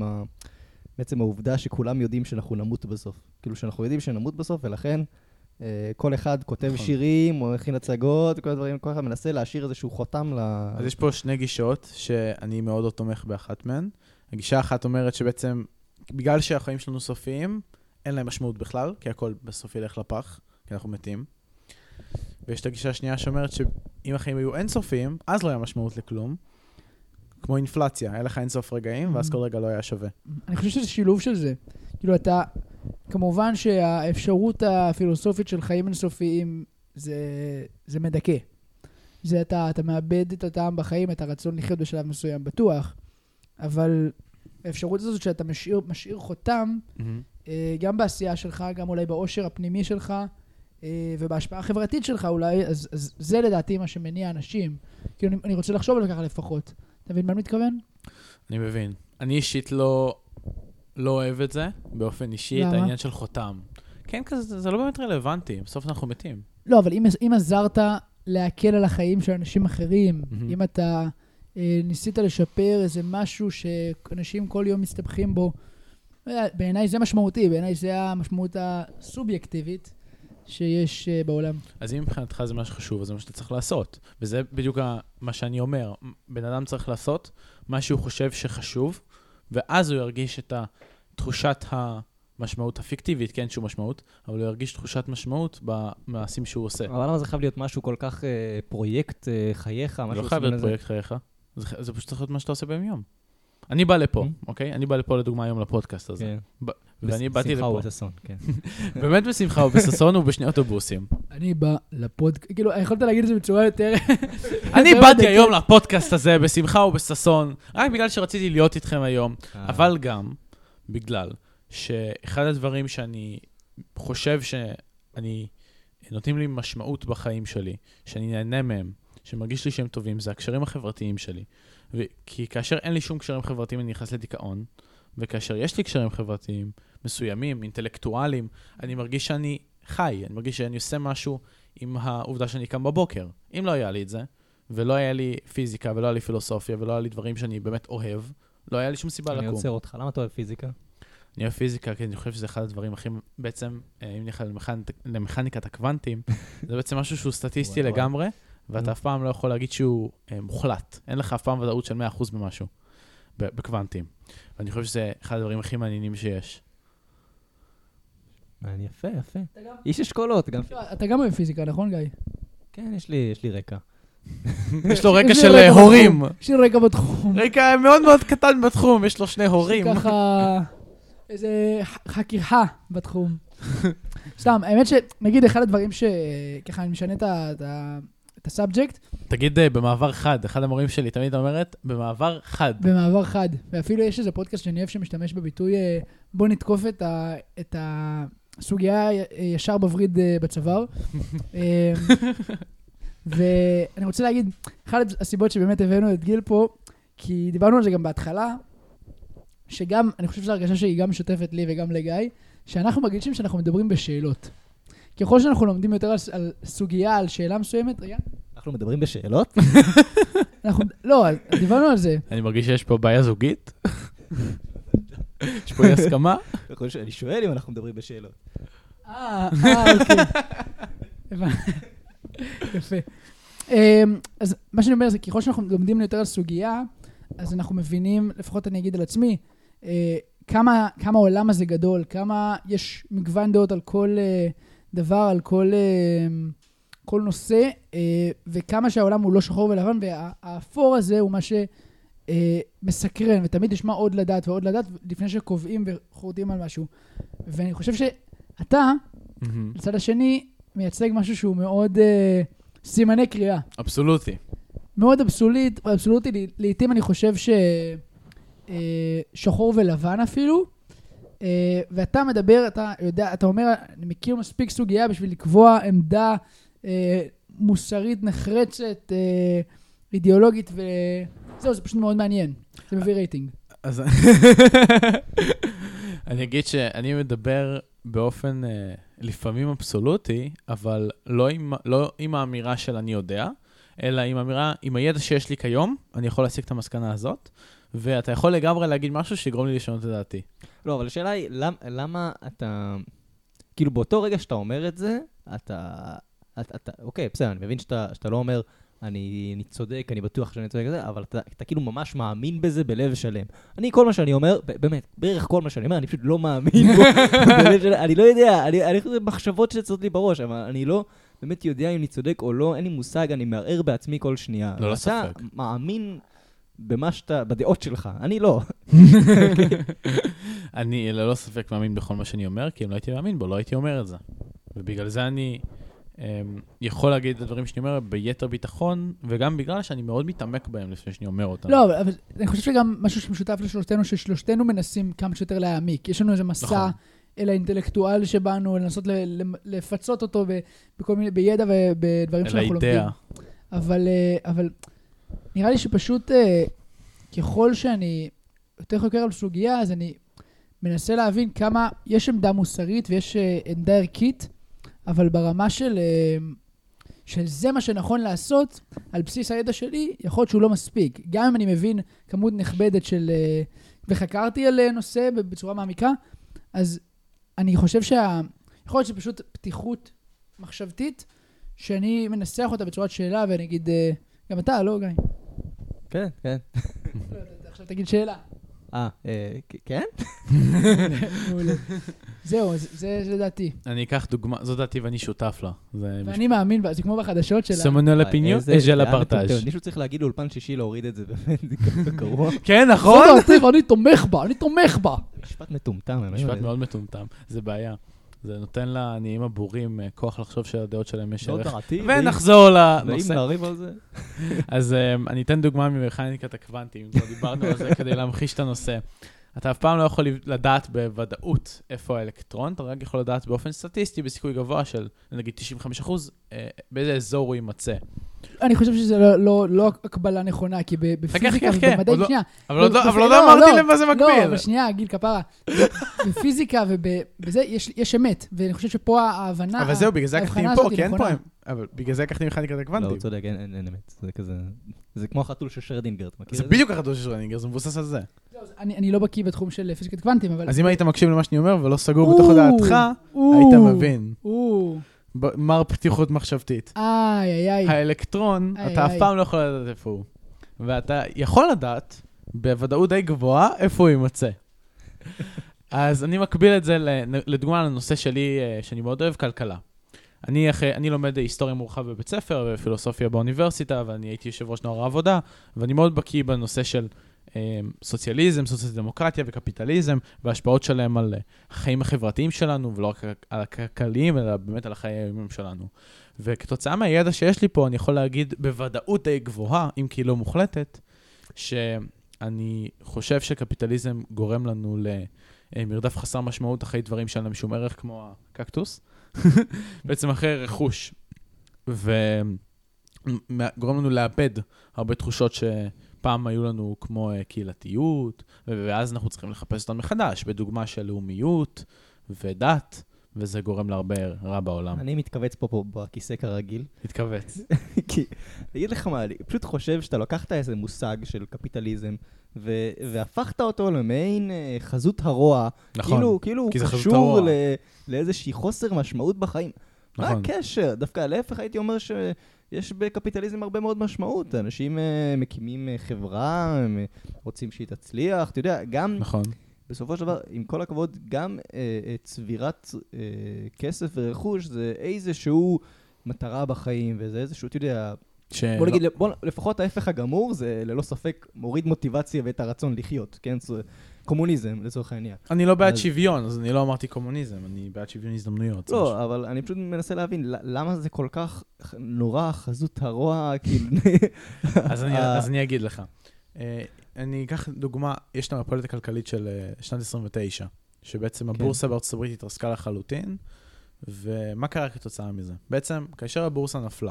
S1: מעצם העובדה שכולם יודעים שאנחנו נמות בסוף. כאילו שאנחנו יודעים שנמות בסוף, ולכן כל אחד כותב שירים, או מכין הצגות, כל הדברים, כל אחד מנסה להשאיר איזשהו חותם
S2: אז יש פה 2 גישות שאני מאוד לא תומך באחת מהן. הגישה אחת אומרת שבעצם, בגלל שהחיים שלנו סופיים, אין להם משמעות בכלל, כי הכל בסוף ילך לפח, כי אנחנו מתים. ויש את הגישה השנייה שאומרת שאם החיים היו אינסופיים, אז לא היה משמעות לכלום. כמו אינפלציה, היה לך אינסוף רגעים, ואז כל רגע לא היה שווה.
S3: אני חושב שזה שילוב של זה. כאילו אתה, כמובן שהאפשרות הפילוסופית של חיים אינסופיים, זה מדכא. זה אתה מאבד את הטעם בחיים, את הרצון לחיות בשלב מסוים בטוח, אבל האפשרות הזאת שאתה משאיר חותם, גם בעשייה שלך, גם אולי באושר הפנימי שלך, ובהשפעה החברתית שלך אולי, אז זה לדעתי מה שמניע אנשים. כאילו אני רוצה לחשוב על ככה לפחות. אתה מבין מה אני מתכוון?
S2: אני מבין. אני אישית לא אוהב את זה, באופן אישי, את העניין של חותם. כן, זה לא באמת רלוונטי, בסוף אנחנו מתים.
S3: לא, אבל אם עזרת להקל על החיים של אנשים אחרים, אם אתה ניסית לשפר איזה משהו שאנשים כל יום מסתבכים בו, בעיניי זה משמעותי, בעיניי זה המשמעות הסובייקטיבית שיש בעולם.
S2: אז אם מבחינתך זה מה שחשוב, אז זה מה שאתה צריך לעשות. וזה בדיוק מה שאני אומר. בן אדם צריך לעשות מה שהוא חושב שחשוב, ואז הוא ירגיש את תחושת המשמעות הפיקטיבית, כן, שהוא משמעות, אבל הוא ירגיש תחושת משמעות במעשים שהוא עושה.
S1: אבל למה זה חייב להיות משהו כל כך פרויקט חייך?
S2: לא חייב להיות פרויקט חייך. זה פשוט צריך להיות מה שאתה עושה ביום יום. אני בא לפה, אוקיי? אני בא לפה לדוגמה היום לפודקאסט הזה. ואני באתי
S1: בשמחה
S2: לפה.
S1: ובששון, כן.
S2: באמת בשמחה ובששון ובשני אוטובוסים.
S3: אני בא לפודקאסט, כאילו, יכולת להגיד את זה בצורה יותר...
S2: אני באתי היום לפודקאסט הזה בשמחה ובששון, רק בגלל שרציתי להיות איתכם היום, אבל גם בגלל שאחד הדברים שאני חושב שאני נותנים לי משמעות בחיים שלי, שאני נהנה מהם, שמרגיש לי שהם טובים, זה הקשרים החברתיים שלי. כי כאשר אין לי שום קשרים חברתיים, אני נכנס לדיכאון, וכאשר יש לי קשרים חברתיים מסוימים, אינטלקטואליים, אני מרגיש שאני חי, אני מרגיש שאני עושה משהו עם העובדה שאני קם בבוקר. אם לא היה לי את זה, ולא היה לי פיזיקה, ולא היה לי פילוסופיה, ולא היה לי דברים שאני באמת אוהב, לא היה לי שום סיבה לקום.
S1: אני עוצר אותך, למה אתה אוהב פיזיקה?
S2: אני אוהב פיזיקה, כי אני חושב שזה אחד הדברים הכי, בעצם, אם נלך למכניקת הקוונטים, זה בעצם משהו שהוא סטטיסטי לגמרי, ואתה אף פעם לא יכול להגיד שהוא מוחלט. אין לך אף פעם ודאות של 100% במשהו, בקוונטים. ואני חושב שזה אחד הדברים הכי מעניינים שיש.
S1: יפה, יפה. איש אשכולות.
S3: אתה גם אוהב פיזיקה, נכון, גיא?
S1: כן, יש לי רקע.
S2: יש לו רקע של הורים.
S3: יש לי רקע בתחום.
S2: רקע מאוד מאוד קטן בתחום, יש לו 2 הורים.
S3: ככה, איזה חקירה בתחום. סתם, האמת שנגיד אחד הדברים שככה אני משנה את הסאבג'קט.
S2: תגיד במעבר חד, אחד המורים שלי תמיד אומרת, במעבר חד.
S3: במעבר חד, ואפילו יש איזה פודקאסט שאני אוהב שמשתמש בביטוי, בוא נתקוף את הסוגיה ישר בווריד בצוואר. ואני רוצה להגיד, אחת הסיבות שבאמת הבאנו את גיל פה, כי דיברנו על זה גם בהתחלה, שגם, אני חושב שזו הרגשה שהיא גם משותפת לי וגם לגיא, שאנחנו מרגישים שאנחנו מדברים בשאלות. ככל שאנחנו לומדים יותר על סוגיה, על שאלה מסוימת, רגע.
S1: אנחנו מדברים בשאלות?
S3: לא, דיברנו על זה.
S2: אני מרגיש שיש פה בעיה זוגית. יש פה הסכמה.
S1: אני שואל אם אנחנו מדברים בשאלות.
S3: אוקיי. יפה. אז מה שאני אומר זה, ככל שאנחנו לומדים יותר על סוגיה, אז אנחנו מבינים, לפחות אני אגיד על עצמי, כמה העולם הזה גדול, כמה יש מגוון דעות על כל דבר, על כל נושא, וכמה שהעולם הוא לא שחור ולבן, והאפור הזה הוא מה שמסקרן, ותמיד ישמע עוד לדעת ועוד לדעת, לפני שקובעים וחורטים על משהו. ואני חושב שאתה, לצד השני, מייצג משהו שהוא מאוד סימני קריאה.
S2: אבסולוטי.
S3: מאוד אבסולוטי. לעתים אני חושב שחור ולבן אפילו, ואתה מדבר, אתה יודע, אתה אומר, אני מכיר מספיק סוגיה בשביל לקבוע עמדה מוסרית נחרצת, אידיאולוגית, וזהו, זה פשוט מאוד מעניין. זה מביא רייטינג.
S2: אז אני אגיד שאני מדבר באופן לפעמים אבסולוטי, אבל לא עם האמירה של אני יודע, אלא עם האמירה, עם הידע שיש לי כיום, אני יכול להסיק את המסקנה הזאת, ואתה יכול לגמרי להגיד משהו שיגרום לי לשנות את דעתי.
S1: לא, אבל השאלה היא, למה אתה... כאילו באותו רגע שאתה אומר את זה, אתה אוקיי, בסדר, אני מבין שאתה לא אומר, אני צודק, אני בטוח שאני צודק כזה, אבל אתה כאילו ממש מאמין בזה בלב שלם. כל מה שאני אומר, באמת, בערך כל מה שאני אומר, אני פשוט לא מאמין בו בלב שלם. אני לא יודע, אני חושב מחשבות שצריכות לי בראש, אבל אני לא באמת יודע אם אני צודק או לא, אין לי מושג, אני מערער בעצמי כל שנייה.
S2: לא ספק.
S1: אתה מאמין בדעות שלך, אני לא.
S2: אני ללא ספק מאמין בכל מה שאני אומר, כי אם לא הייתי מאמין בו, לא הייתי אומר את זה. ובגלל זה אני יכול להגיד את הדברים שאני אומר ביתר ביטחון, וגם בגלל שאני מאוד מתעמק בהם לפני שאני אומר אותם.
S3: לא, אבל אני חושב שגם משהו שמשותף לשלושתנו, ששלושתנו מנסים כמה שיותר להעמיק. יש לנו איזה מסע אל האינטלקטואל שבאנו, לנסות לפצות אותו בכל מיני, בידע ובדברים שאנחנו לומדים. אל האידאה. אבל נראה לי שפשוט ככל שאני יותר חוקר על סוגיה, אז אני מנסה להבין כמה יש עמדה מוסרית ויש עמדה ערכית, אבל ברמה של זה מה שנכון לעשות, על בסיס הידע שלי, יכול להיות שהוא לא מספיק. גם אם אני מבין כמות נכבדת של... וחקרתי על נושא בצורה מעמיקה, אז אני חושב יכול להיות שפשוט פתיחות מחשבתית, שאני מנסח אותה בצורת שאלה, ואני אגיד, גם אתה, לא גיא?
S1: כן, כן.
S3: עכשיו תגיד שאלה.
S1: כן?
S3: מעולה. זהו, זה לדעתי.
S2: אני אקח דוגמה, זו דעתי ואני שותף לה.
S3: ואני מאמין בה, זה כמו בחדשות שלה.
S2: סמונו לפיניו, אג'ה לפרטאז'.
S1: מישהו צריך להגיד לאולפן שישי להוריד את זה, באמת, זה גרוע.
S2: כן, נכון?
S3: זו דעתי ואני תומך בה.
S1: משפט מטומטם.
S2: משפט מאוד מטומטם, זה בעיה. זה נותן לעניים הבורים כוח לחשוב שהדעות שלהם יש ערך. ונחזור לנושא.
S1: ואם נריב על זה.
S2: אז אני אתן דוגמה ממכניקת הקוונטים, כבר דיברנו על זה כדי להמחיש את הנושא. אתה אף פעם לא יכול לדעת בוודאות איפה האלקטרון, אתה רק יכול לדעת באופן סטטיסטי, בסיכוי גבוה של נגיד 95%, באיזה אזור הוא יימצא.
S3: אני חושב שזה לא הקבלה נכונה, כי בפיזיקה ובמדעים, שנייה.
S2: אבל עוד לא אמרתי למה זה מקביל.
S3: לא, אבל שנייה, גיל כפרה. בפיזיקה ובזה יש אמת, ואני חושב שפה ההבנה,
S2: אבל זהו, בגלל זה לקחתי פה, כי אין פה, אבל בגלל זה לקחתי מכניקת הקוונטים.
S1: לא, הוא צודק, אין אמת. זה כזה, זה כמו החתול של שרדינגר, אתה מכיר את
S2: זה? זה בדיוק החתול של שרדינגר, זה מבוסס על זה.
S3: אני לא בקיא בתחום של פיזיקת קוונטים, אבל...
S2: אז אם היית מקשיב למה שאני אומר ולא סגור בתוך דעתך, היית מבין. מר פתיחות מחשבתית. האלקטרון, אתה אף פעם לא יכול לדעת איפה הוא. ואתה יכול לדעת, בוודאות די גבוהה, איפה הוא יימצא. אז אני מקביל את זה לדוגמה לנושא שלי, שאני מאוד אוהב, כלכלה. אני לומד היסטוריה מורחב בבית ספר, ופילוסופיה באוניברסיטה, ואני הייתי יושב ראש נוער העבודה, ואני מאוד בקיא בנושא של סוציאליזם, סוציאל-דמוקרטיה וקפיטליזם, וההשפעות שלהם על החיים החברתיים שלנו, ולא רק על הכלכליים, אלא באמת על החיי היומיום שלנו. וכתוצאה מהידע שיש לי פה, אני יכול להגיד בוודאות די גבוהה, אם כי לא מוחלטת, שאני חושב שקפיטליזם גורם לנו למרדף חסר משמעות אחרי דברים שאין להם שום ערך, כמו הקקטוס, בעצם אחרי רכוש, וגורם לנו לאבד הרבה תחושות פעם היו לנו כמו קהילתיות, ואז אנחנו צריכים לחפש אותם מחדש, בדוגמה של לאומיות ודת, וזה גורם להרבה רע בעולם.
S1: אני מתכווץ פה בכיסא כרגיל.
S2: מתכווץ.
S1: כי, אגיד לך מה, אני פשוט חושב שאתה לקחת איזה מושג של קפיטליזם, והפכת אותו למעין חזות הרוע,
S2: נכון,
S1: כאילו
S2: כי זה חזות
S1: קשור
S2: הרוע.
S1: לאיזושהי חוסר משמעות בחיים.
S2: נכון.
S1: מה הקשר? דווקא להפך הייתי אומר יש בקפיטליזם הרבה מאוד משמעות. אנשים מקימים חברה, הם רוצים שהיא תצליח. אתה יודע, גם
S2: נכון.
S1: בסופו של דבר, עם כל הכבוד, גם צבירת כסף ורכוש זה איזשהו מטרה בחיים, וזה איזשהו, אתה יודע, בוא נגיד, לפחות ההפך הגמור, זה ללא ספק מוריד מוטיבציה ואת הרצון לחיות, כן? זה קומוניזם, לצורך העניין.
S2: אני לא בעד שוויון, אז אני לא אמרתי קומוניזם, אני בעד שוויון הזדמנויות.
S1: לא, אבל אני פשוט מנסה להבין, למה זה כל כך נורא חזות הרוע, כאילו...
S2: אז אני אגיד לך. אני אקח דוגמה, יש את המפולת הכלכלית של שנת 29, שבעצם הבורסה בארצות הברית התרסקה לחלוטין, ומה קרה כתוצאה מזה? בעצם, כאשר הבורסה נפלה,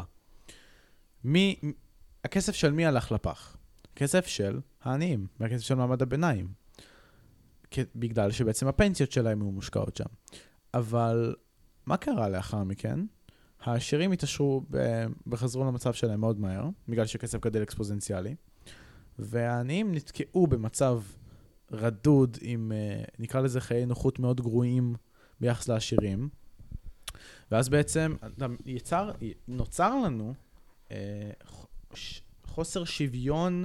S2: הכסף של מי הלך לפח? הכסף של העניים, והכסף של מעמד הביניים. בגלל שבעצם הפנסיות שלהם היו מושקעות שם. אבל מה קרה לאחר מכן? העשירים התעשרו וחזרו למצב שלהם מאוד מהר, בגלל שכסף גדל אקספוזנציאלי, והעניים נתקעו במצב רדוד עם, נקרא לזה חיי נוחות מאוד גרועים ביחס לעשירים, ואז בעצם נוצר לנו חוסר שוויון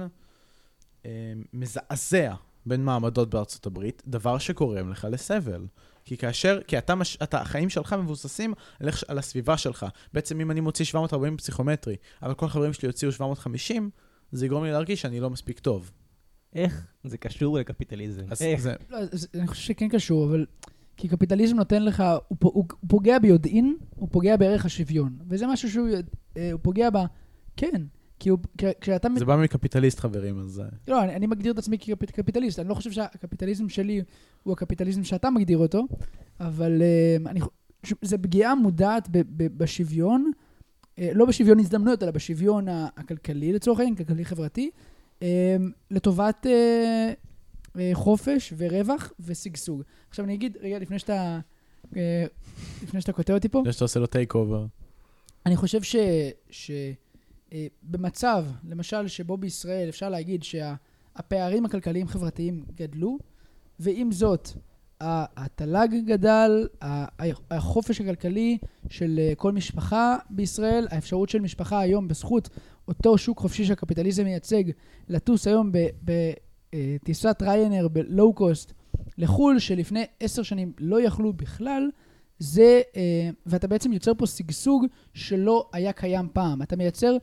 S2: מזעזע בין מעמדות בארצות הברית, דבר שקורם לך לסבל. כי החיים שלך מבוססים על הסביבה שלך. בעצם אם אני מוציא 740 פסיכומטרי, אבל כל החברים שלי יוציאו 750, זה יגרום לי להרגיש שאני לא מספיק טוב.
S1: איך זה קשור לקפיטליזם?
S3: לא, אני חושב שכן קשור, אבל... כי קפיטליזם נותן לך, הוא פוגע ביודעין, הוא פוגע בערך השוויון. וזה משהו שהוא פוגע בה, כן. כי כשאתה...
S2: זה בא מקפיטליסט, חברים, אז...
S3: לא, אני מגדיר את עצמי כקפיטליסט. אני לא חושב שהקפיטליזם שלי הוא הקפיטליזם שאתה מגדיר אותו, אבל זה פגיעה מודעת בשוויון, לא בשוויון הזדמנויות, אלא בשוויון הכלכלי, לצורך העניין, כלכלי-חברתי, לטובת חופש ורווח וסגסוג. עכשיו אני אגיד, רגע, לפני שאתה כותב אותי פה...
S2: לפני שאתה עושה לו טייק אובר.
S3: אני חושב במצב, למשל, שבו בישראל אפשר להגיד שהפערים הכלכליים חברתיים גדלו, ועם זאת, התל"ג גדל, החופש הכלכלי של כל משפחה בישראל, האפשרות של משפחה היום בזכות אותו שוק חופשי שהקפיטליזם מייצג, לטוס היום טיסת ריינר בלואו קוסט לחול, שלפני 10 שנים לא יכלו בכלל, זה, ואתה בעצם יוצר פה סגסוג שלא היה קיים פעם. אתה מייצר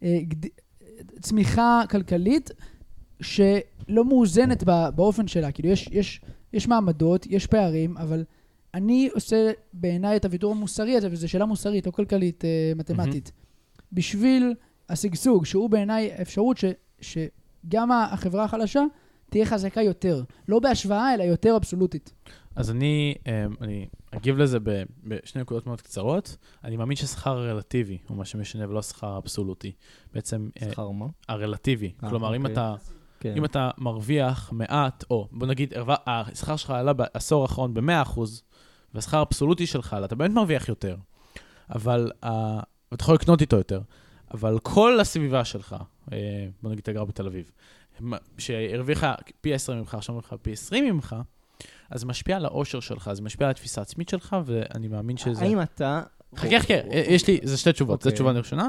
S3: צמיחה כלכלית שלא מאוזנת באופן שלה. כאילו יש מעמדות, יש פערים, אבל אני עושה בעיניי את הוויתור המוסרי הזה, וזו שאלה מוסרית, לא כלכלית, מתמטית. בשביל הסגסוג, שהוא בעיניי האפשרות שגם החברה החלשה תהיה חזקה יותר. לא בהשוואה, אלא יותר אבסולוטית.
S2: אז אני אגיב לזה בשני נקודות מאוד קצרות. אני מאמין ששכר הרלטיבי הוא מה שמשנה ולא שכר אבסולוטי. בעצם...
S1: שכר מה?
S2: הרלטיבי. כלומר, אם אתה מרוויח מעט, או בוא נגיד, השכר שלך עלה בעשור האחרון ב100%, והשכר האבסולוטי שלך עלה, אתה באמת מרוויח יותר. אבל, ואתה יכול לקנות איתו יותר. אבל כל הסביבה שלך, בוא נגיד, אתה גר בתל אביב, שהרוויחה פי 10 ממך, עכשיו מרוויחה פי 20 ממך, אז זה משפיע על האושר שלך, זה משפיע על התפיסה העצמית שלך, ואני מאמין שזה...
S1: האם אתה...
S2: חכה, יש לי, זה שתי תשובות, זו תשובה ראשונה,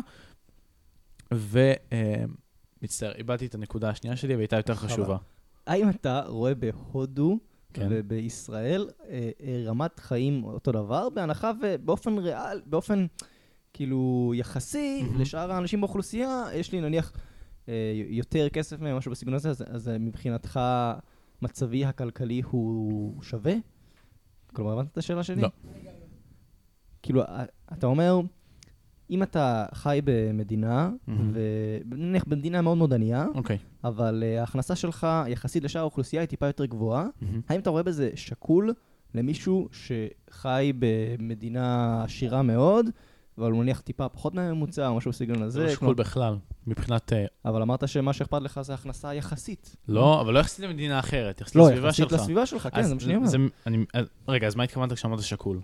S2: מצטער, איבדתי את הנקודה השנייה שלי, והייתה יותר חשובה.
S1: האם אתה רואה בהודו ובישראל רמת חיים אותו דבר, בהנחה ובאופן ריאל, באופן כאילו יחסי לשאר האנשים באוכלוסייה, יש לי נניח יותר כסף מהם, משהו בסגנון הזה, אז מבחינתך מצבי הכלכלי הוא שווה? כלומר, הבנת את השאלה שלי?
S2: לא.
S1: כאילו, אתה אומר, אם אתה חי במדינה, ונניח במדינה מאוד מאוד ענייה, אבל ההכנסה שלך יחסית לשאר האוכלוסייה היא טיפה יותר גבוהה, האם אתה רואה בזה שקול למישהו שחי במדינה עשירה מאוד, אבל הוא נניח טיפה פחות מהממוצע, או משהו בסגנון הזה?
S2: זה לא שקול בכלל, מבחינת...
S1: אבל אמרת שמה שאכפת לך זה הכנסה יחסית.
S2: לא, אבל לא יחסית למדינה אחרת, יחסית לסביבה שלך.
S1: לא, יחסית לסביבה שלך, כן, זה מה שאני אומר.
S2: רגע, אז מה התכוונת כשאמרת שקול?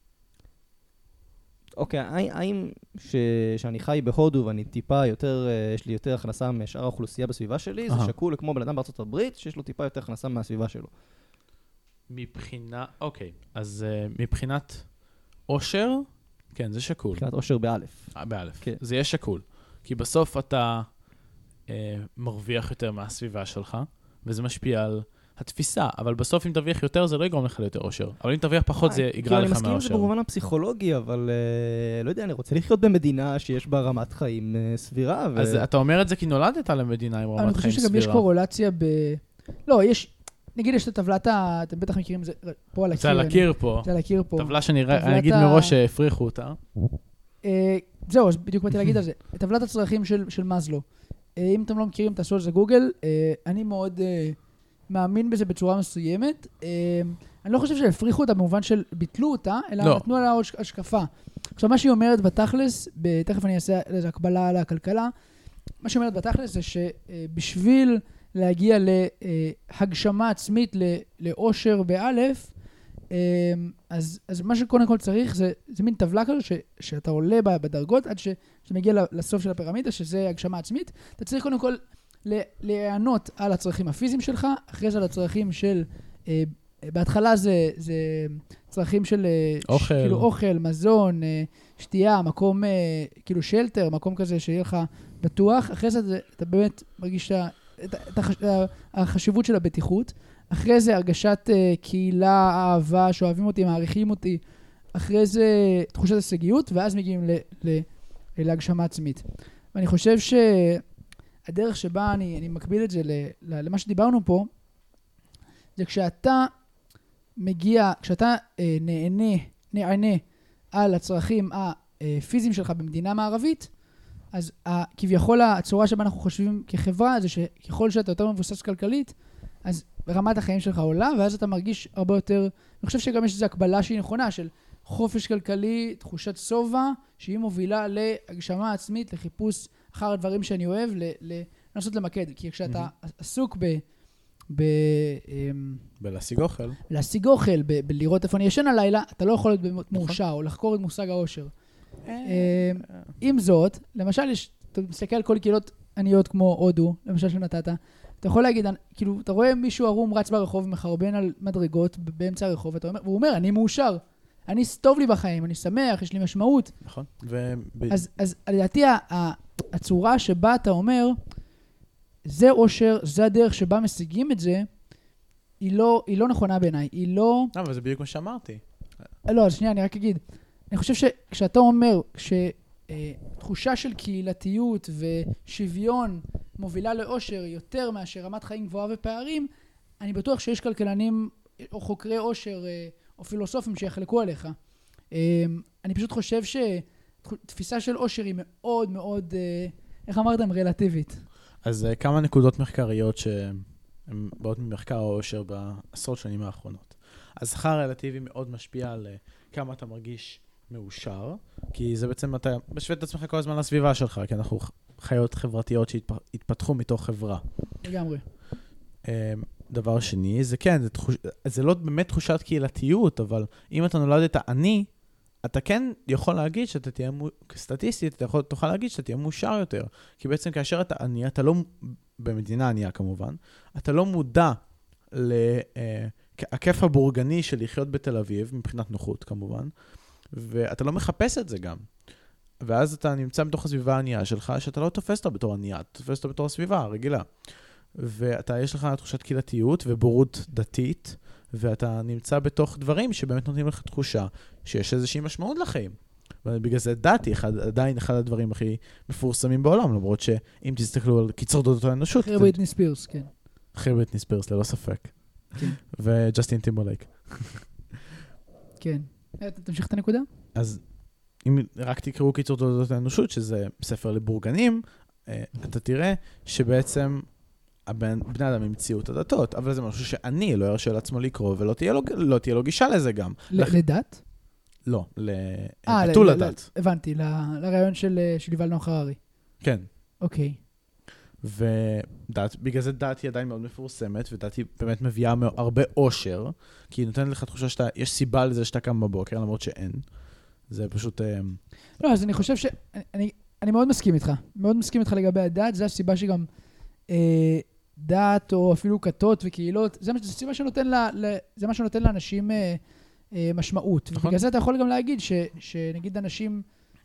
S1: אוקיי, האם שאני חי בהודו ואני טיפה יותר, יש לי יותר הכנסה משאר האוכלוסייה בסביבה שלי, זה שקול כמו בן אדם בארצות הברית, שיש לו טיפה יותר הכנסה מהסביבה שלו.
S2: אוקיי, אז מבחינת אושר, כן, זה שקול.
S1: מבחינת אושר באלף.
S2: באלף, זה יהיה שקול. כי בסוף אתה מרוויח יותר מהסביבה שלך, וזה משפיע על התפיסה, אבל בסוף אם תרוויח יותר, זה לא יגרום לך ליותר אושר. אבל אם תרוויח פחות, זה יגרע לך מהאושר.
S1: אני מסכים לזה במובן הפסיכולוגי, אבל לא יודע, אני רוצה לחיות במדינה שיש בה רמת חיים סבירה.
S2: אז אתה אומר את זה כי נולדת למדינה עם רמת חיים סבירה.
S3: אני חושב שגם יש קורולציה לא, יש... נגיד, יש את הטבלת, אתם בטח מכירים את זה פה על הקיר.
S2: זה על הקיר פה.
S3: זה על הקיר פה.
S2: טבלה שאני אגיד מראש שהפריחו אותה.
S3: זהו, אז בדיוק באתי להגיד על זה. טבלת הצרכים של מאזלו. אם אתם לא מכירים, תעשו על זה גוגל. אני מאוד מאמין בזה בצורה מסוימת. אני לא חושב שהפריחו אותה במובן של ביטלו אותה, אלא נתנו עליה השקפה. עכשיו, מה שהיא אומרת בתכלס, תכף אני אעשה איזו הקבלה על הכלכלה, מה שהיא אומרת בתכלס זה שבשביל להגיע להגשמה עצמית, לאושר באלף, אז מה שקודם כל צריך זה מין טבלה כזו שאתה עולה בדרגות עד שמגיע לסוף של הפירמידה, שזה הגשמה עצמית. אתה צריך קודם כל להיענות על הצרכים הפיזיים שלך, אחרי זה על הצרכים של, בהתחלה זה צרכים של כאילו אוכל, מזון, שתייה, מקום כאילו שלטר, מקום כזה שיהיה לך בטוח. אחרי זה אתה באמת מרגיש את החשיבות של הבטיחות. אחרי זה הרגשת קהילה, אהבה, שאוהבים אותי, מעריכים אותי. אחרי זה תחושת הישגיות, ואז מגיעים להגשמה עצמית. ואני חושב שהדרך שבה אני מקביל את זה למה שדיברנו פה, זה כשאתה מגיע, כשאתה נענה על הצרכים הפיזיים שלך במדינה מערבית, אז כביכול הצורה שבה אנחנו חושבים כחברה, זה שככל שאתה יותר מבוסס כלכלית, אז רמת החיים שלך עולה, ואז אתה מרגיש הרבה יותר, אני חושב שגם יש איזו הקבלה שהיא נכונה, של חופש כלכלי, תחושת סובה, שהיא מובילה להגשמה עצמית, לחיפוש אחר הדברים שאני אוהב, לנסות למקד. כי כשאתה עסוק
S2: בלהשיג אוכל.
S3: להשיג אוכל, בלראות איפה אני ישן הלילה, אתה לא יכול להיות מאושר, או לחקור את מושג האושר. עם זאת, למשל, אתה מסתכל על כל קהילות עניות כמו הודו, למשל שנתת, אתה יכול להגיד, כאילו, אתה רואה מישהו ערום רץ ברחוב, מחרבן על מדרגות באמצע הרחוב, והוא אומר, אני מאושר, אני טוב לי בחיים, אני שמח, יש לי משמעות.
S2: נכון.
S3: אז לדעתי, הצורה שבה אתה אומר, זה אושר, זה הדרך שבה משיגים את זה, היא לא נכונה בעיניי. היא לא...
S2: אבל זה בדיוק מה שאמרתי.
S3: לא, אז שנייה, אני רק אגיד. אני חושב שכשאתה אומר שתחושה של קהילתיות ושוויון מובילה לאושר יותר מאשר רמת חיים גבוהה ופערים, אני בטוח שיש כלכלנים או חוקרי אושר או פילוסופים שיחלקו עליך. אני פשוט חושב שתפיסה של אושר היא מאוד מאוד, איך אמרתם, רלטיבית.
S2: אז כמה נקודות מחקריות שהן באות ממחקר האושר בעשרות שנים האחרונות. אז שכר רלטיבי מאוד משפיע על כמה אתה מרגיש מאושר, כי זה בעצם אתה משווה את עצמך כל הזמן לסביבה שלך, כי אנחנו חיות חברתיות שהתפתחו מתוך חברה.
S3: לגמרי.
S2: דבר שני, זה כן, זה לא באמת תחושת קהילתיות, אבל אם אתה נולדת עני, אתה כן יכול להגיד שאתה תהיה, סטטיסטית, אתה תוכל להגיד שאתה תהיה מאושר יותר. כי בעצם כאשר אתה עני, אתה לא, במדינה ענייה כמובן, אתה לא מודע לכיף הבורגני של לחיות בתל אביב, מבחינת נוחות כמובן, ואתה לא מחפש את זה גם. ואז אתה נמצא בתוך הסביבה הענייה שלך, שאתה לא תופס אותה בתור ענייה, אתה תופס אותה בתור הסביבה הרגילה. ואתה, יש לך תחושת קהילתיות ובורות דתית, ואתה נמצא בתוך דברים שבאמת נותנים לך תחושה שיש איזושהי משמעות לחיים. ובגלל זה דת היא עדיין אחד הדברים הכי מפורסמים בעולם, למרות שאם תסתכלו על קיצור תולדות האנושות...
S3: אחרי בריטני ספירס, כן.
S2: אחרי בריטני ספירס, ללא ספק.
S3: כן.
S2: וג'סטין טימברלייק.
S3: כן. תמשיך את הנקודה?
S2: אז אם רק תקראו קיצור תולדות האנושות, שזה ספר לבורגנים, אתה תראה שבעצם בני אדם המציאו את הדתות, אבל זה משהו שאני לא ארשה לעצמו לקרוא, ולא תהיה לו גישה לזה גם.
S3: לדת?
S2: לא, לביטול הדת.
S3: הבנתי, לרעיון של יובל נוח הררי.
S2: כן.
S3: אוקיי.
S2: ודת, בגלל זה דת היא עדיין מאוד מפורסמת, ודת היא באמת מביאה הרבה אושר, כי היא נותנת לך תחושה שיש סיבה לזה שאתה קם בבוקר, למרות שאין. זה פשוט...
S3: לא, אז אני חושב אני מאוד מסכים איתך. מאוד מסכים איתך לגבי הדת, זה הסיבה שגם דת או אפילו כתות וקהילות, זה הסיבה זה מה שנותן לאנשים משמעות.
S2: נכון.
S3: ובגלל זה אתה יכול גם להגיד שנגיד אנשים,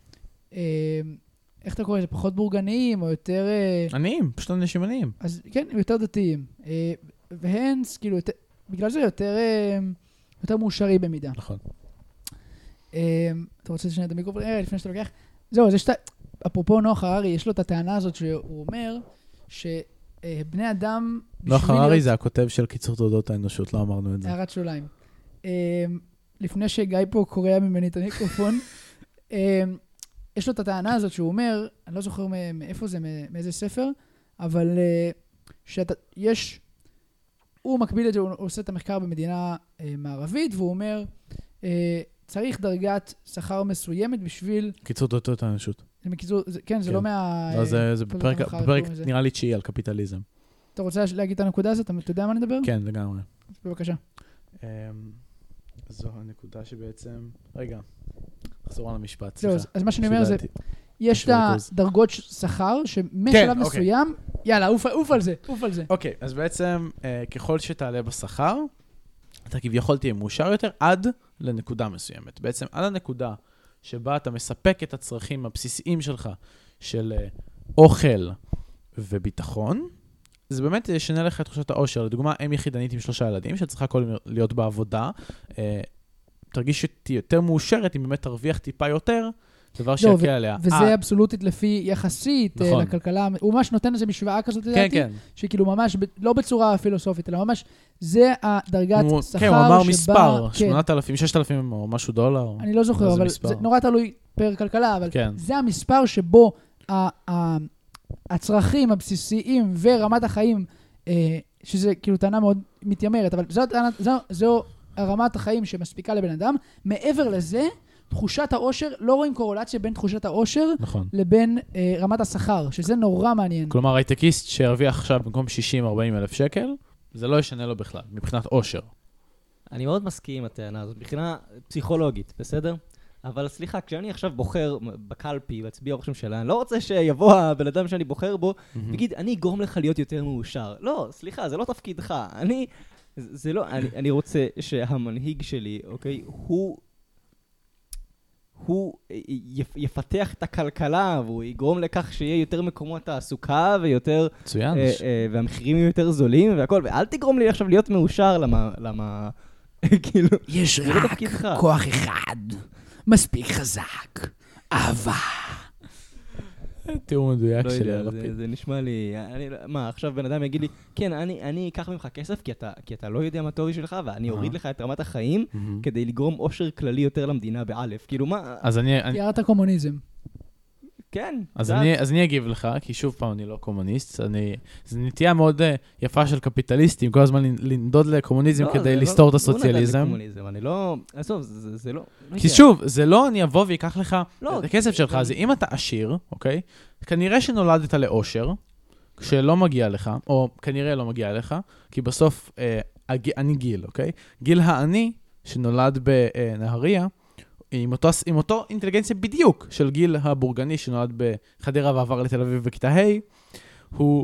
S3: איך אתה קורא לזה, פחות בורגניים או יותר...
S2: עניים, פשוט אנשים עניים.
S3: אז כן, יותר דתיים. והנס, כאילו, בגלל זה יותר מאושרי במידה.
S2: נכון.
S3: אתה רוצה לשנות את המיקרופון? לפני שאתה לוקח. זהו, אז יש אפרופו נוח הררי, יש לו את הטענה הזאת שהוא אומר שבני אדם...
S2: נוח הררי זה הכותב של קיצור תולדות האנושות, לא אמרנו את זה.
S3: הערת שוליים. לפני שגיא פה קורא ממני את המיקרופון, יש לו את הטענה הזאת שהוא אומר, אני לא זוכר מאיפה זה, מאיזה ספר, אבל הוא מקביל את זה, הוא עושה את המחקר במדינה מערבית, והוא אומר, צריך דרגת שכר מסוימת בשביל...
S2: קיצור תולדות האנושות.
S3: כן, זה לא מה...
S2: זה בפרק נראה לי 9 על קפיטליזם.
S3: אתה רוצה להגיד את הנקודה הזאת? אתה יודע מה נדבר?
S2: כן, לגמרי.
S3: בבקשה.
S2: זו הנקודה שבעצם... רגע, נחזור על המשפט.
S3: זהו, אז מה שאני אומר זה, יש את הדרגות שכר שמשלב מסוים, יאללה, אוף על זה.
S2: אוקיי, אז בעצם ככל שתעלה בשכר, אתה כביכול תהיה מאושר יותר עד לנקודה מסוימת. בעצם עד הנקודה שבה אתה מספק את הצרכים הבסיסיים שלך של אוכל וביטחון, זה באמת ישנה לך את תחושת האושר. לדוגמה, אם יחידנית עם 3 ילדים, שצריכה כל להיות בעבודה, תרגיש שתהיה יותר מאושרת, אם באמת תרוויח טיפה יותר, דבר שיקל עליה.
S3: וזה אבסולוטית לפי יחסית לכלכלה, הוא ממש נותן איזה משוואה כזאת, לדעתי, שכאילו ממש, לא בצורה פילוסופית, אלא ממש, זה הדרגת שכר
S2: כן, הוא אמר מספר, 8,000, 6,000 או משהו דולר.
S3: אני לא זוכר, אבל זה נורא תלוי פר כלכלה, אבל זה המספר שבו הצרכים הבסיסיים ורמת החיים, שזה כאילו טענה מאוד מתיימרת, אבל זו הרמת החיים שמספיקה לבן אדם. מעבר לזה, תחושת האושר, לא רואים קורולציה בין תחושת האושר לבין רמת השכר, שזה נורא מעניין.
S2: כלומר, הייטקיסט שהרוויח עכשיו במקום 60-40 אלף שקל, זה לא ישנה לו בכלל, מבחינת אושר.
S1: אני מאוד מסכים עם הטענה הזאת, מבחינה פסיכולוגית, בסדר? אבל סליחה, כשאני עכשיו בוחר בקלפי והצביע ראש ממשלה, אני לא רוצה שיבוא הבן אדם שאני בוחר בו, ויגיד, אני אגרום לך להיות יותר מאושר. לא, סליחה, זה לא תפקידך. אני רוצה שהמנהיג שלי, אוקיי, הוא יפתח את הכלכלה, והוא יגרום לכך שיהיה יותר מקומות תעסוקה, ויותר...
S2: מצוין.
S1: והמחירים יהיו יותר זולים, והכל, ואל תגרום לי עכשיו להיות מאושר, למה... כאילו...
S3: יש רק כוח אחד, מספיק חזק, אהבה.
S2: תיאור מדויק
S1: לא
S2: של
S1: יודע,
S2: לפיד.
S1: זה נשמע לי... מה, עכשיו בן אדם יגיד לי, כן, אני אקח ממך כסף, כי אתה לא יודע מה טוב בשבילך, ואני אוריד לך את רמת החיים, כדי לגרום עושר כללי יותר למדינה באלף. כאילו מה...
S2: אז
S3: תיארת קומוניזם.
S1: כן.
S2: אז אני אגיב לך, כי שוב פעם אני לא קומוניסט, זו נטייה מאוד יפה של קפיטליסטים, כל הזמן לנדוד לקומוניזם כדי לסתור את הסוציאליזם.
S1: אני לא... עזוב, זה לא...
S2: כי שוב, זה לא אני אבוא ויקח לך את הכסף שלך, זה אם אתה עשיר, אוקיי? כנראה שנולדת לאושר, שלא מגיע לך, או כנראה לא מגיע לך, כי בסוף אני גיל, אוקיי? גיל העני שנולד בנהריה, עם אותו אינטליגנציה בדיוק של גיל הבורגני שנולד בחדרה ועבר לתל אביב בכיתה ה', הוא...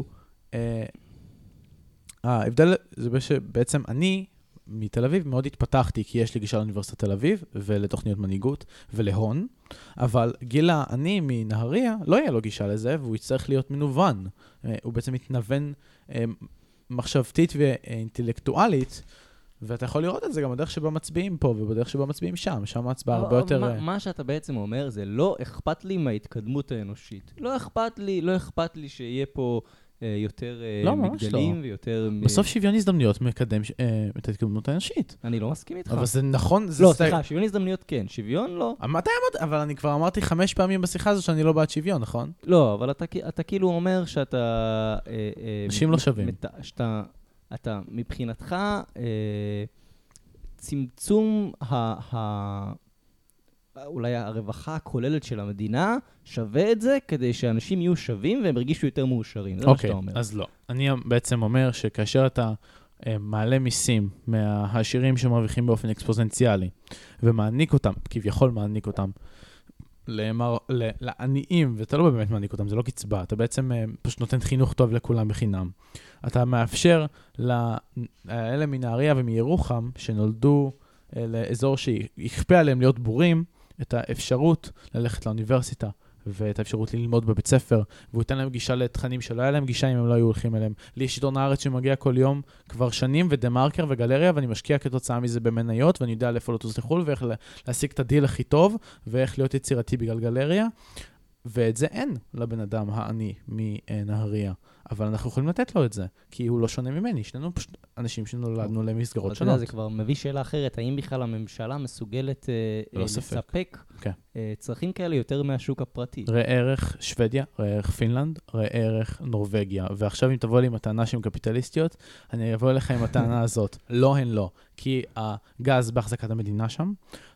S2: ההבדל זה שבעצם אני מתל אביב מאוד התפתחתי, כי יש לי גישה לאוניברסיטת תל אביב ולתוכניות מנהיגות ולהון, אבל גיל העני מנהריה לא יהיה לו גישה לזה, והוא יצטרך להיות מנוון. הוא בעצם מתנוון מחשבתית ואינטלקטואלית, ואתה יכול לראות את זה גם בדרך שבה מצביעים פה, ובדרך שבה מצביעים שם ההצבעה הרבה יותר...
S1: מה שאתה בעצם אומר זה לא אכפת לי מההתקדמות האנושית. לא אכפת לי שיהיה פה יותר מגדלים ויותר...
S2: בסוף שוויון הזדמנויות מקדם את ההתקדמות האנושית.
S1: אני לא מסכים איתך.
S2: אבל זה נכון...
S1: לא, סליחה, שוויון הזדמנויות כן, שוויון לא.
S2: אבל אני כבר אמרתי 5 פעמים בשיחה הזו שאני לא בעד שוויון, נכון?
S1: לא, אבל אתה כאילו אומר שאתה...
S2: אנשים לא שווים.
S1: אתה מבחינתך צמצום אולי הרווחה הכוללת של המדינה שווה את זה כדי שאנשים יהיו שווים והם הרגישו יותר מאושרים. זה מה שאתה אומר.
S2: אז לא. אני בעצם אומר שכאשר אתה מעלה מיסים מהעשירים שמרוויחים באופן אקספוזנציאלי ומעניק אותם, כביכול מעניק אותם, לעניים, ואתה לא באמת מעניק אותם, זה לא קצבה, אתה בעצם פשוט נותן חינוך טוב לכולם בחינם. אתה מאפשר לאלה מנהריה ומירוחם שנולדו לאזור שיכפה עליהם להיות בורים, את האפשרות ללכת לאוניברסיטה ואת האפשרות ללמוד בבית ספר, והוא ייתן להם גישה לתכנים שלא היה להם גישה אם הם לא היו הולכים אליהם. לי יש עיתון הארץ שמגיע כל יום כבר שנים, ודה-מרקר וגלריה, ואני משקיע כתוצאה מזה במניות, ואני יודע לאיפה לטוס לחול, ואיך להשיג את הדיל הכי טוב, ואיך להיות יצירתי בגלל גלריה, ואת זה אין לבן אדם העני מנהריה. אבל אנחנו יכולים לתת לו את זה, כי הוא לא שונה ממני. שנינו פשוט אנשים שנולדנו למסגרות שונות.
S1: זה כבר מביא שאלה אחרת, האם בכלל הממשלה מסוגלת לספק צרכים כאלה יותר מהשוק הפרטי?
S2: ראה ערך שוודיה, ראה ערך פינלנד, ראה ערך נורווגיה. ועכשיו אם תבוא לי עם הטענה שהן קפיטליסטיות, אני אבוא אליך עם הטענה הזאת. לא הן לא, כי הגז בהחזקת המדינה שם,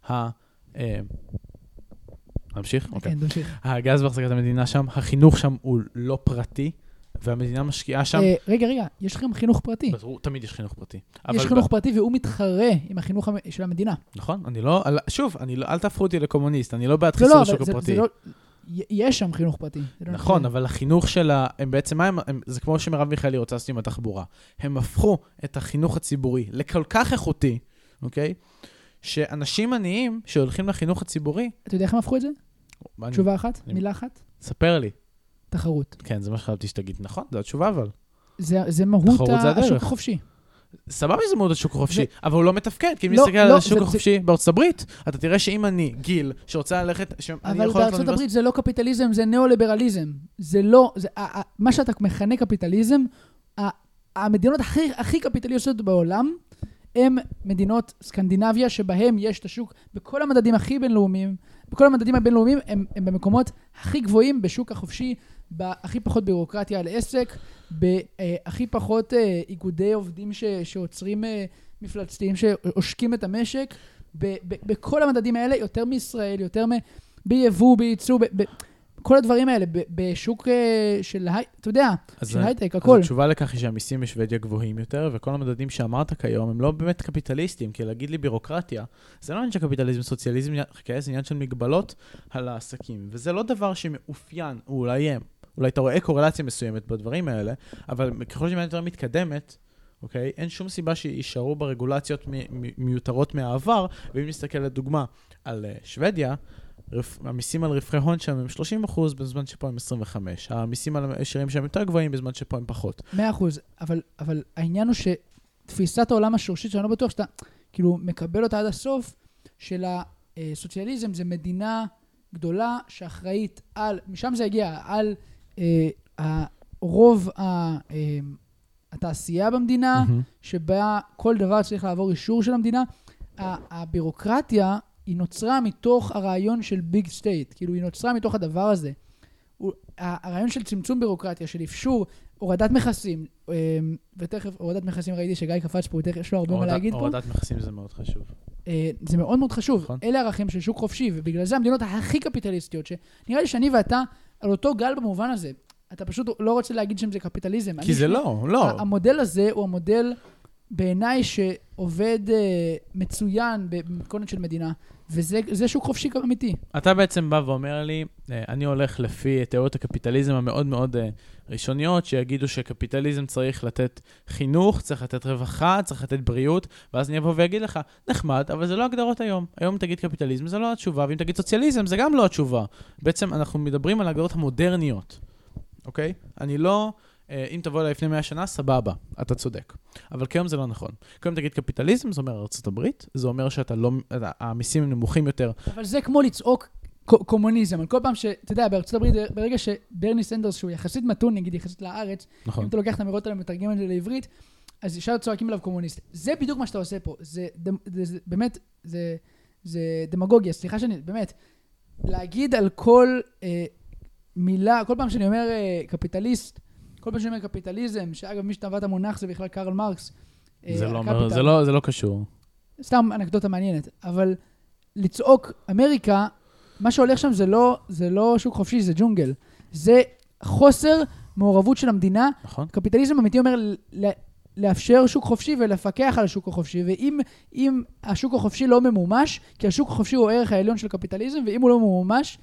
S2: נמשיך?
S3: כן, נמשיך.
S2: הגז בהחזקת המדינה שם, החינוך שם הוא לא פרטי, והמדינה משקיעה שם...
S3: רגע, יש לכם חינוך פרטי.
S2: תמיד יש חינוך פרטי.
S3: יש חינוך פרטי והוא מתחרה עם החינוך של המדינה.
S2: נכון, אני לא... שוב, אל תהפכו אותי לקומוניסט, אני לא בעד חיסול השוק הפרטי.
S3: יש שם חינוך פרטי.
S2: נכון, אבל החינוך שלה, הם בעצם, זה כמו שמרב מיכאלי רוצה לעשות עם התחבורה. הם הפכו את החינוך הציבורי לכל כך איכותי, אוקיי? שאנשים עניים שהולכים לחינוך הציבורי...
S3: אתה יודע איך הם הפכו את זה? תשובה אחת? מילה אחת?
S2: ספר לי.
S3: תחרות.
S2: כן, זה מה שחשבתי שתגיד. נכון, זו התשובה אבל.
S3: זה מהות השוק החופשי.
S2: סבבה זה מהות השוק החופשי, אבל הוא לא מתפקד, כי אם נסתכל על השוק החופשי בארצות הברית, אתה תראה שאם אני גיל שרוצה ללכת...
S3: אבל בארצות הברית זה לא קפיטליזם, זה ניאו-ליברליזם. זה לא... מה שאתה מכנה קפיטליזם, המדינות הכי קפיטליסטיות בעולם, הם מדינות סקנדינביה, שבהם יש את השוק בכל המדדים הכי בינלאומיים, בכל המדדים הבינלאומיים הם במקומות הכי גבוהים בשוק החופשי, בהכי פחות בירוקרטיה על עסק, בהכי פחות איגודי עובדים שעוצרים מפלצתיים שעושקים את המשק, בכל המדדים האלה יותר מישראל, יותר ביבוא, בייצוא, כל הדברים האלה, בשוק של, אתה יודע, של הייטק, הכל.
S2: אז התשובה לכך היא שהמיסים בשוודיה גבוהים יותר, וכל המדדים שאמרת כיום הם לא באמת קפיטליסטים, כי להגיד לי בירוקרטיה, זה לא עניין של קפיטליזם, סוציאליזם, זה עניין של מגבלות על העסקים, וזה לא דבר שמאופיין, אולי אתה רואה קורלציה מסוימת בדברים האלה, אבל ככל שמדינה יותר מתקדמת, אוקיי? אין שום סיבה שישארו ברגולציות מיותרות מהעבר, ואם נסתכל לדוגמה על שוודיה, המיסים על רווחי הון שם הם 30%, בזמן שפה הם 25%. המיסים על הישירים שם יותר גבוהים, בזמן שפה הם פחות.
S3: 100%. אבל העניין הוא שתפיסת העולם השורשית, שאני לא בטוח שאתה כאילו מקבל אותה עד הסוף, של הסוציאליזם זה מדינה גדולה שאחראית על, משם זה הגיע, על רוב התעשייה במדינה, שבה כל דבר צריך לעבור אישור של המדינה. הבירוקרטיה היא נוצרה מתוך הרעיון של ביג סטייט, כאילו היא נוצרה מתוך הדבר הזה. הרעיון של צמצום בירוקרטיה, של אפשור, הורדת מכסים, ותכף הורדת מכסים ראיתי שגיא קפץ פה, יש לו הרבה מה להגיד פה.
S2: הורדת מכסים זה מאוד חשוב.
S3: זה מאוד מאוד חשוב. אלה ערכים של שוק חופשי, ובגלל זה המדינות הכי קפיטליסטיות, שנראה לי שאני ואתה על אותו גל במובן הזה. אתה פשוט לא רוצה להגיד שזה קפיטליזם.
S2: כי זה לא.
S3: המודל הזה הוא המודל בעיניי שעובד מצוין במתכונת של מדינה, וזה שוק חופשי אמיתי.
S2: אתה בעצם בא ואומר לי, אני הולך לפי תיאוריות הקפיטליזם המאוד מאוד ראשוניות, שיגידו שקפיטליזם צריך לתת חינוך, צריך לתת רווחה, צריך לתת בריאות, ואז אני אבוא ואגיד לך, נחמד, אבל זה לא הגדרות היום. היום תגיד קפיטליזם, זה לא התשובה, ואם תגיד סוציאליזם, זה גם לא התשובה. בעצם אנחנו מדברים על הגדרות המודרניות. אוקיי? אני לא, אם תבוא אליי לפני 100 שנה, סבבה, אתה צודק. אבל כיום זה לא נכון. כיום תגיד קפיטליזם, זה אומר ארצות הברית, זה אומר שאתה לא, המיסים הם נמוכים יותר.
S3: אבל זה כמו לצעוק קומוניזם. על כל פעם אתה יודע, בארצות הברית, ברגע שברני סנדרס, שהוא יחסית מתון, נגיד יחסית לארץ, נכון. אם אתה לוקח את האמירות האלה ומתרגם את זה לעברית, אז ישר צועקים עליו קומוניסט. זה בדיוק מה שאתה עושה פה. באמת, זה דמגוגיה. סליחה שאני, באמת, להגיד על כל מילה, כל פעם שאני אומר קפיטליסט, כל פעם שאני אומר קפיטליזם, שאגב מי שטבע את המונח זה בכלל קרל מרקס.
S2: זה לא קשור.
S3: סתם אנקדוטה מעניינת, אבל לצעוק אמריקה, מה שהולך שם זה לא שוק חופשי, זה ג'ונגל. זה חוסר מעורבות של המדינה.
S2: נכון.
S3: קפיטליזם אמיתי אומר לאפשר שוק חופשי ולפקח על השוק החופשי, ואם השוק החופשי לא ממומש, כי השוק החופשי הוא הערך העליון של קפיטליזם, ואם הוא לא ממומש,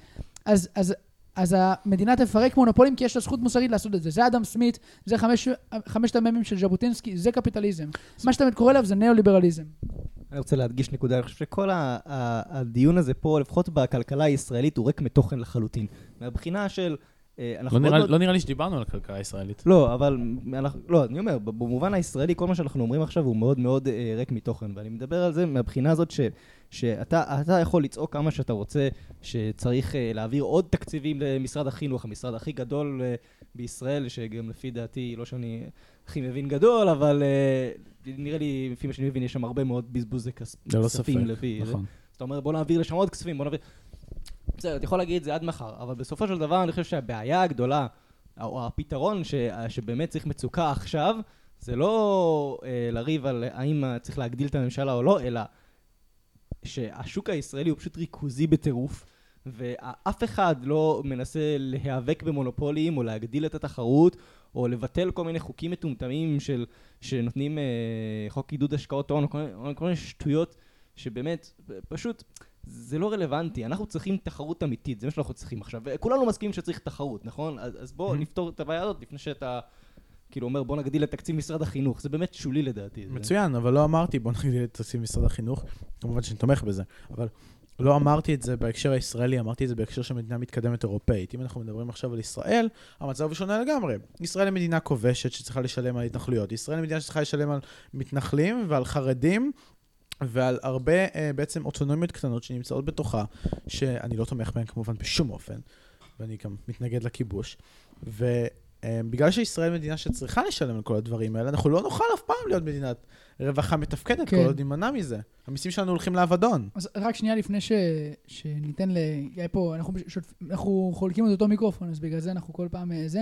S3: אז המדינה תפרק מונופולים, כי יש לה זכות מוסרית לעשות את זה. זה אדם סמית, זה חמשת המ"מים של ז'בוטינסקי, זה קפיטליזם. מה שאתה קורא אליו זה ניאו-ליברליזם.
S1: אני רוצה להדגיש נקודה, אני חושב שכל הדיון הזה פה, לפחות בכלכלה הישראלית, הוא ריק מתוכן לחלוטין. מהבחינה של...
S2: לא נראה לי שדיברנו על הכלכלה הישראלית.
S1: לא, אבל... לא, אני אומר, במובן הישראלי, כל מה שאנחנו אומרים עכשיו הוא מאוד מאוד ריק מתוכן, ואני מדבר על זה מהבחינה הזאת שאתה יכול לצעוק כמה שאתה רוצה, שצריך להעביר עוד תקציבים למשרד החינוך, המשרד הכי גדול בישראל, שגם לפי דעתי, לא שאני הכי מבין גדול, אבל נראה לי, לפי מה שאני מבין, יש שם הרבה מאוד בזבוזי כספים לפי זה. אז אתה אומר, בוא נעביר לשם עוד כספים, בוא נעביר... בסדר, אתה יכול להגיד את זה עד מחר, אבל בסופו של דבר אני חושב שהבעיה הגדולה, או הפתרון שבאמת צריך מצוקה עכשיו, זה לא לריב על האם צריך להגדיל את הממשלה או לא, אלא שהשוק הישראלי הוא פשוט ריכוזי בטירוף, ואף אחד לא מנסה להיאבק במונופולים, או להגדיל את התחרות, או לבטל כל מיני חוקים מטומטמים שנותנים חוק עידוד השקעות הון, או כל מיני שטויות שבאמת פשוט... זה לא רלוונטי, אנחנו צריכים תחרות אמיתית, זה מה שאנחנו צריכים עכשיו, וכולנו מסכימים שצריך תחרות, נכון? אז בואו נפתור את הבעיה הזאת לפני שאתה כאילו אומר בוא נגדיל את תקציב משרד החינוך, זה באמת שולי לדעתי.
S2: מצוין, אבל לא אמרתי בוא נגדיל את תקציב משרד החינוך, כמובן שאני תומך בזה, אבל לא אמרתי את זה בהקשר הישראלי, אמרתי את זה בהקשר של מדינה מתקדמת אירופאית. אם אנחנו מדברים עכשיו על ישראל, המצב הוא שונה לגמרי. ישראל היא מדינה כובשת שצריכה לשלם על התנחלויות, ישראל היא מדינה שצריכה לשלם על מתנחלים ועל חרדים, ועל הרבה בעצם אוטונומיות קטנות שנמצאות בתוכה, שאני לא תומך בהן כמובן בשום אופן, ואני גם מתנגד לכיבוש, ובגלל שישראל מדינה שצריכה לשלם על כל הדברים האלה, אנחנו לא נוכל אף פעם להיות מדינת רווחה מתפקדת, כל עוד נימנע מזה. המיסים שלנו הולכים לאבדון.
S3: אז רק שנייה לפני שניתן פה, אנחנו חולקים את אותו מיקרופון, אז בגלל זה אנחנו כל פעם זה.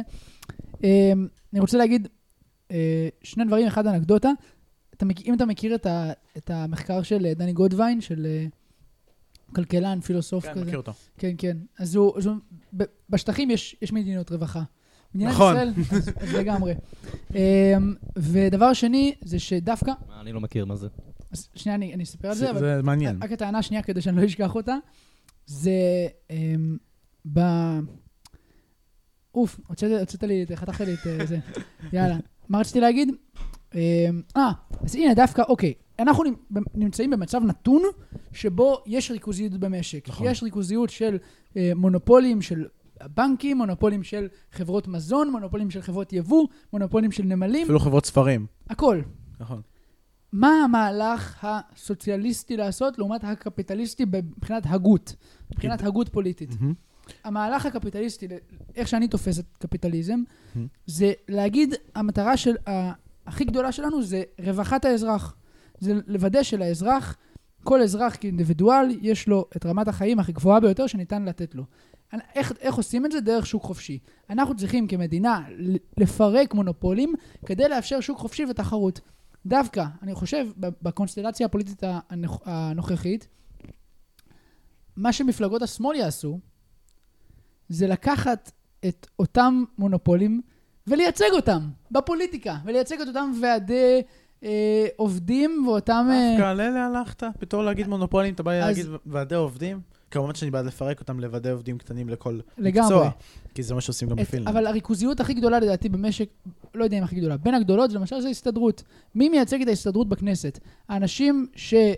S3: אני רוצה להגיד שני דברים, אחד אנקדוטה, אם אתה מכיר את המחקר של דני גודווין, של כלכלן, פילוסוף כזה.
S2: כן, מכיר אותו.
S3: כן, כן. אז בשטחים יש מדינות רווחה.
S2: נכון.
S3: מדינת ישראל, אז לגמרי. ודבר שני, זה שדווקא...
S1: אני לא מכיר מה זה.
S3: אז שנייה, אני אספר על זה, אבל...
S2: זה מעניין.
S3: רק הטענה השנייה, כדי שאני לא אשכח אותה, זה הוצאת לי, חתכת לי את זה. יאללה. מה רציתי להגיד? אז הנה, דווקא, אוקיי, אנחנו נמצאים במצב נתון שבו יש ריכוזיות במשק.
S2: נכון.
S3: יש ריכוזיות של מונופולים של בנקים, מונופולים של חברות מזון, מונופולים של חברות יבוא, מונופולים של נמלים.
S2: אפילו חברות ספרים.
S3: הכל.
S2: נכון.
S3: מה המהלך הסוציאליסטי לעשות לעומת הקפיטליסטי מבחינת הגות, מבחינת הגות פוליטית? המהלך הקפיטליסטי, איך שאני תופס את קפיטליזם, זה להגיד, המטרה הכי גדולה שלנו זה רווחת האזרח. זה לוודא שלאזרח, כל אזרח כאינדיבידואל, יש לו את רמת החיים הכי גבוהה ביותר שניתן לתת לו. איך עושים את זה? דרך שוק חופשי. אנחנו צריכים כמדינה לפרק מונופולים כדי לאפשר שוק חופשי ותחרות. דווקא, אני חושב, בקונסטלציה הפוליטית הנוכחית, מה שמפלגות השמאל יעשו, זה לקחת את אותם מונופולים ולייצג אותם בפוליטיקה, ולייצג את אותם ועדי עובדים ואותם...
S2: דווקא לאלה הלכת? פתאום להגיד מונופולים, אתה בא להגיד ועדי עובדים? כמובן שאני בעד לפרק אותם לוועדי עובדים קטנים לכל מקצוע, כי זה מה שעושים גם בפינלנד.
S3: אבל הריכוזיות הכי גדולה לדעתי במשק, לא יודע אם הכי גדולה, בין הגדולות, למשל זה הסתדרות. מי מייצג את ההסתדרות בכנסת? האנשים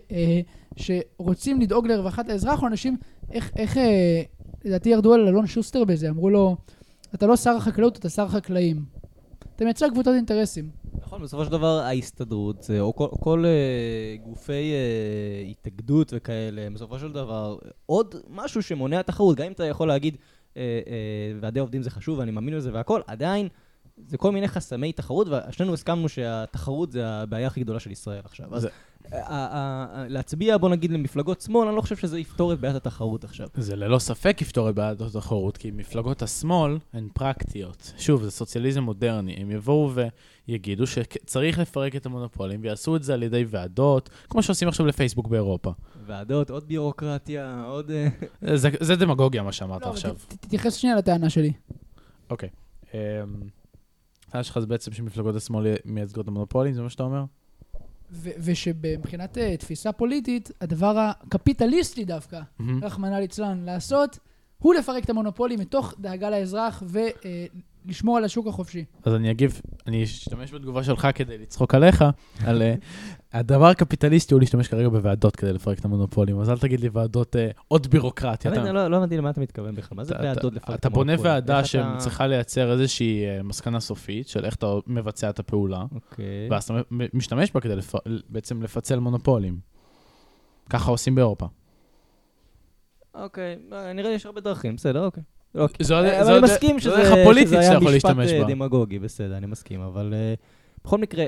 S3: שרוצים לדאוג לרווחת האזרח, או אנשים, איך לדעתי ירדו על אלון שוסטר בזה, אמרו לו, אתה לא שר החקלאות, אתה שר החקלאים. אתה מייצג קבוצות אינטרסים.
S1: נכון, בסופו של דבר ההסתדרות, או כל גופי התאגדות וכאלה, בסופו של דבר, עוד משהו שמונע תחרות, גם אם אתה יכול להגיד, ועדי עובדים זה חשוב, ואני מאמין בזה והכל, עדיין זה כל מיני חסמי תחרות, ושנינו הסכמנו שהתחרות זה הבעיה הכי גדולה של ישראל עכשיו. אז להצביע, בוא נגיד, למפלגות שמאל, אני לא חושב שזה יפתור את בעיית התחרות עכשיו.
S2: זה ללא ספק יפתור את בעיית התחרות, כי מפלגות השמאל הן פרקטיות. שוב, זה סוציאליזם מודרני. הם יבואו ויגידו שצריך לפרק את המונופולים, ויעשו את זה על ידי ועדות, כמו שעושים עכשיו לפייסבוק באירופה. ועדות, עוד ביורוקרטיה, עוד... זה דמגוגיה, מה שאמרת עכשיו.
S3: תתייחס שנייה לטענה שלי.
S2: אוקיי. הטענה שלך זה בעצם שמפלגות השמאל מייצגות המונופולים, זה מה שאתה אומר?
S3: ושבמבחינת תפיסה פוליטית, הדבר הקפיטליסטי דווקא, רחמנא ליצלן, לעשות, הוא לפרק את המונופולים מתוך דאגה לאזרח ולשמור על השוק החופשי.
S2: אז אני אשתמש בתגובה שלך כדי לצחוק עליך, על הדבר הקפיטליסטי הוא להשתמש כרגע בוועדות כדי לפרק את המונופולים, אז אל תגיד לי ועדות עוד בירוקרטיה.
S1: לא הבנתי למה אתה מתכוון בכלל, מה זה ועדות לפרק את המונופולים?
S2: אתה בונה ועדה שצריכה לייצר איזושהי מסקנה סופית של איך אתה מבצע את הפעולה, ואז אתה משתמש בה כדי בעצם לפצל מונופולים. ככה עושים באירופה.
S1: אוקיי, נראה לי יש הרבה דרכים, בסדר, אוקיי.
S2: אבל
S1: אני מסכים שזה היה משפט דמגוגי, בסדר, אני מסכים, אבל בכל מקרה,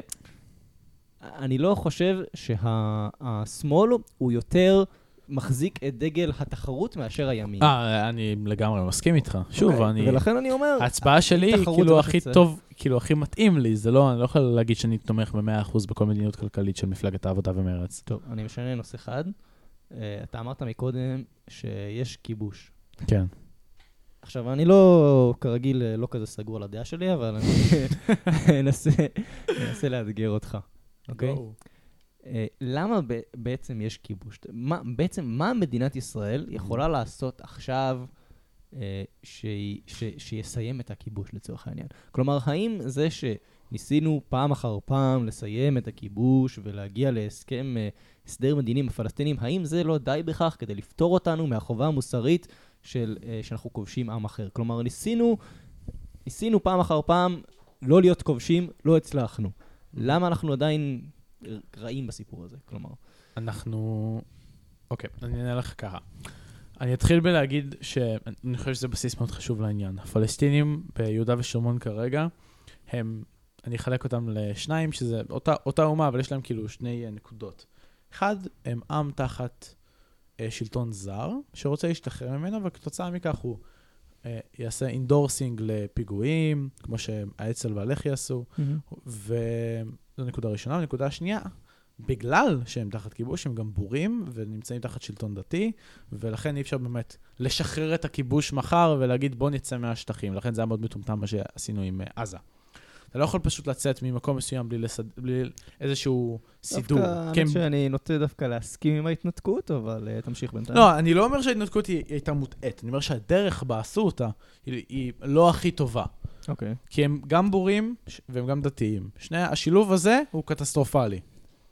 S1: אני לא חושב שהשמאל הוא יותר מחזיק את דגל התחרות מאשר הימין.
S2: אני לגמרי מסכים איתך. שוב,
S1: ולכן אני אומר...
S2: ההצבעה שלי היא כאילו הכי טוב, כאילו הכי מתאים לי, זה לא, אני לא יכול להגיד שאני תומך ב100% בכל מדיניות כלכלית של מפלגת העבודה ומרץ.
S1: טוב, אני משנה נושא אחד. אתה אמרת מקודם שיש כיבוש.
S2: כן.
S1: עכשיו, אני לא, כרגיל, לא כזה סגור על הדעה שלי, אבל אני אנסה לאתגר אותך. אוקיי? למה בעצם יש כיבוש? בעצם מה מדינת ישראל יכולה לעשות עכשיו שיסיים את הכיבוש לצורך העניין? כלומר, האם זה שניסינו פעם אחר פעם לסיים את הכיבוש ולהגיע להסכם הסדר מדיני עם הפלסטינים, האם זה לא די בכך כדי לפתור אותנו מהחובה המוסרית שאנחנו כובשים עם אחר? כלומר, ניסינו פעם אחר פעם לא להיות כובשים, לא הצלחנו. למה אנחנו עדיין רעים בסיפור הזה? כלומר,
S2: אוקיי, אני אענה לך ככה. אני אתחיל בלהגיד שאני חושב שזה בסיס מאוד חשוב לעניין. הפלסטינים ביהודה ושומרון כרגע, אני אחלק אותם לשניים, שזה אותה אומה, אבל יש להם כאילו שני נקודות. אחד, הם עם תחת שלטון זר, שרוצה להשתחרר ממנו, וכתוצאה מכך הוא יעשה אינדורסינג לפיגועים, כמו שהאצ"ל והלח"י יעשו, וזו נקודה ראשונה. ונקודה השנייה, בגלל שהם תחת כיבוש, הם גם בורים ונמצאים תחת שלטון דתי, ולכן אי אפשר באמת לשחרר את הכיבוש מחר ולהגיד בוא נצא מהשטחים. לכן זה היה מאוד מטומטם מה שעשינו עם עזה. אתה לא יכול פשוט לצאת ממקום מסוים בלי איזשהו סידור.
S1: דווקא, שאני נוטה דווקא להסכים עם ההתנתקות, אבל תמשיך בינתיים.
S2: לא, אני לא אומר שההתנתקות היא הייתה מוטעת. אני אומר שהדרך בה עשו אותה היא לא הכי טובה.
S1: אוקיי.
S2: כי הם גם בורים והם גם דתיים. השילוב הזה הוא קטסטרופלי.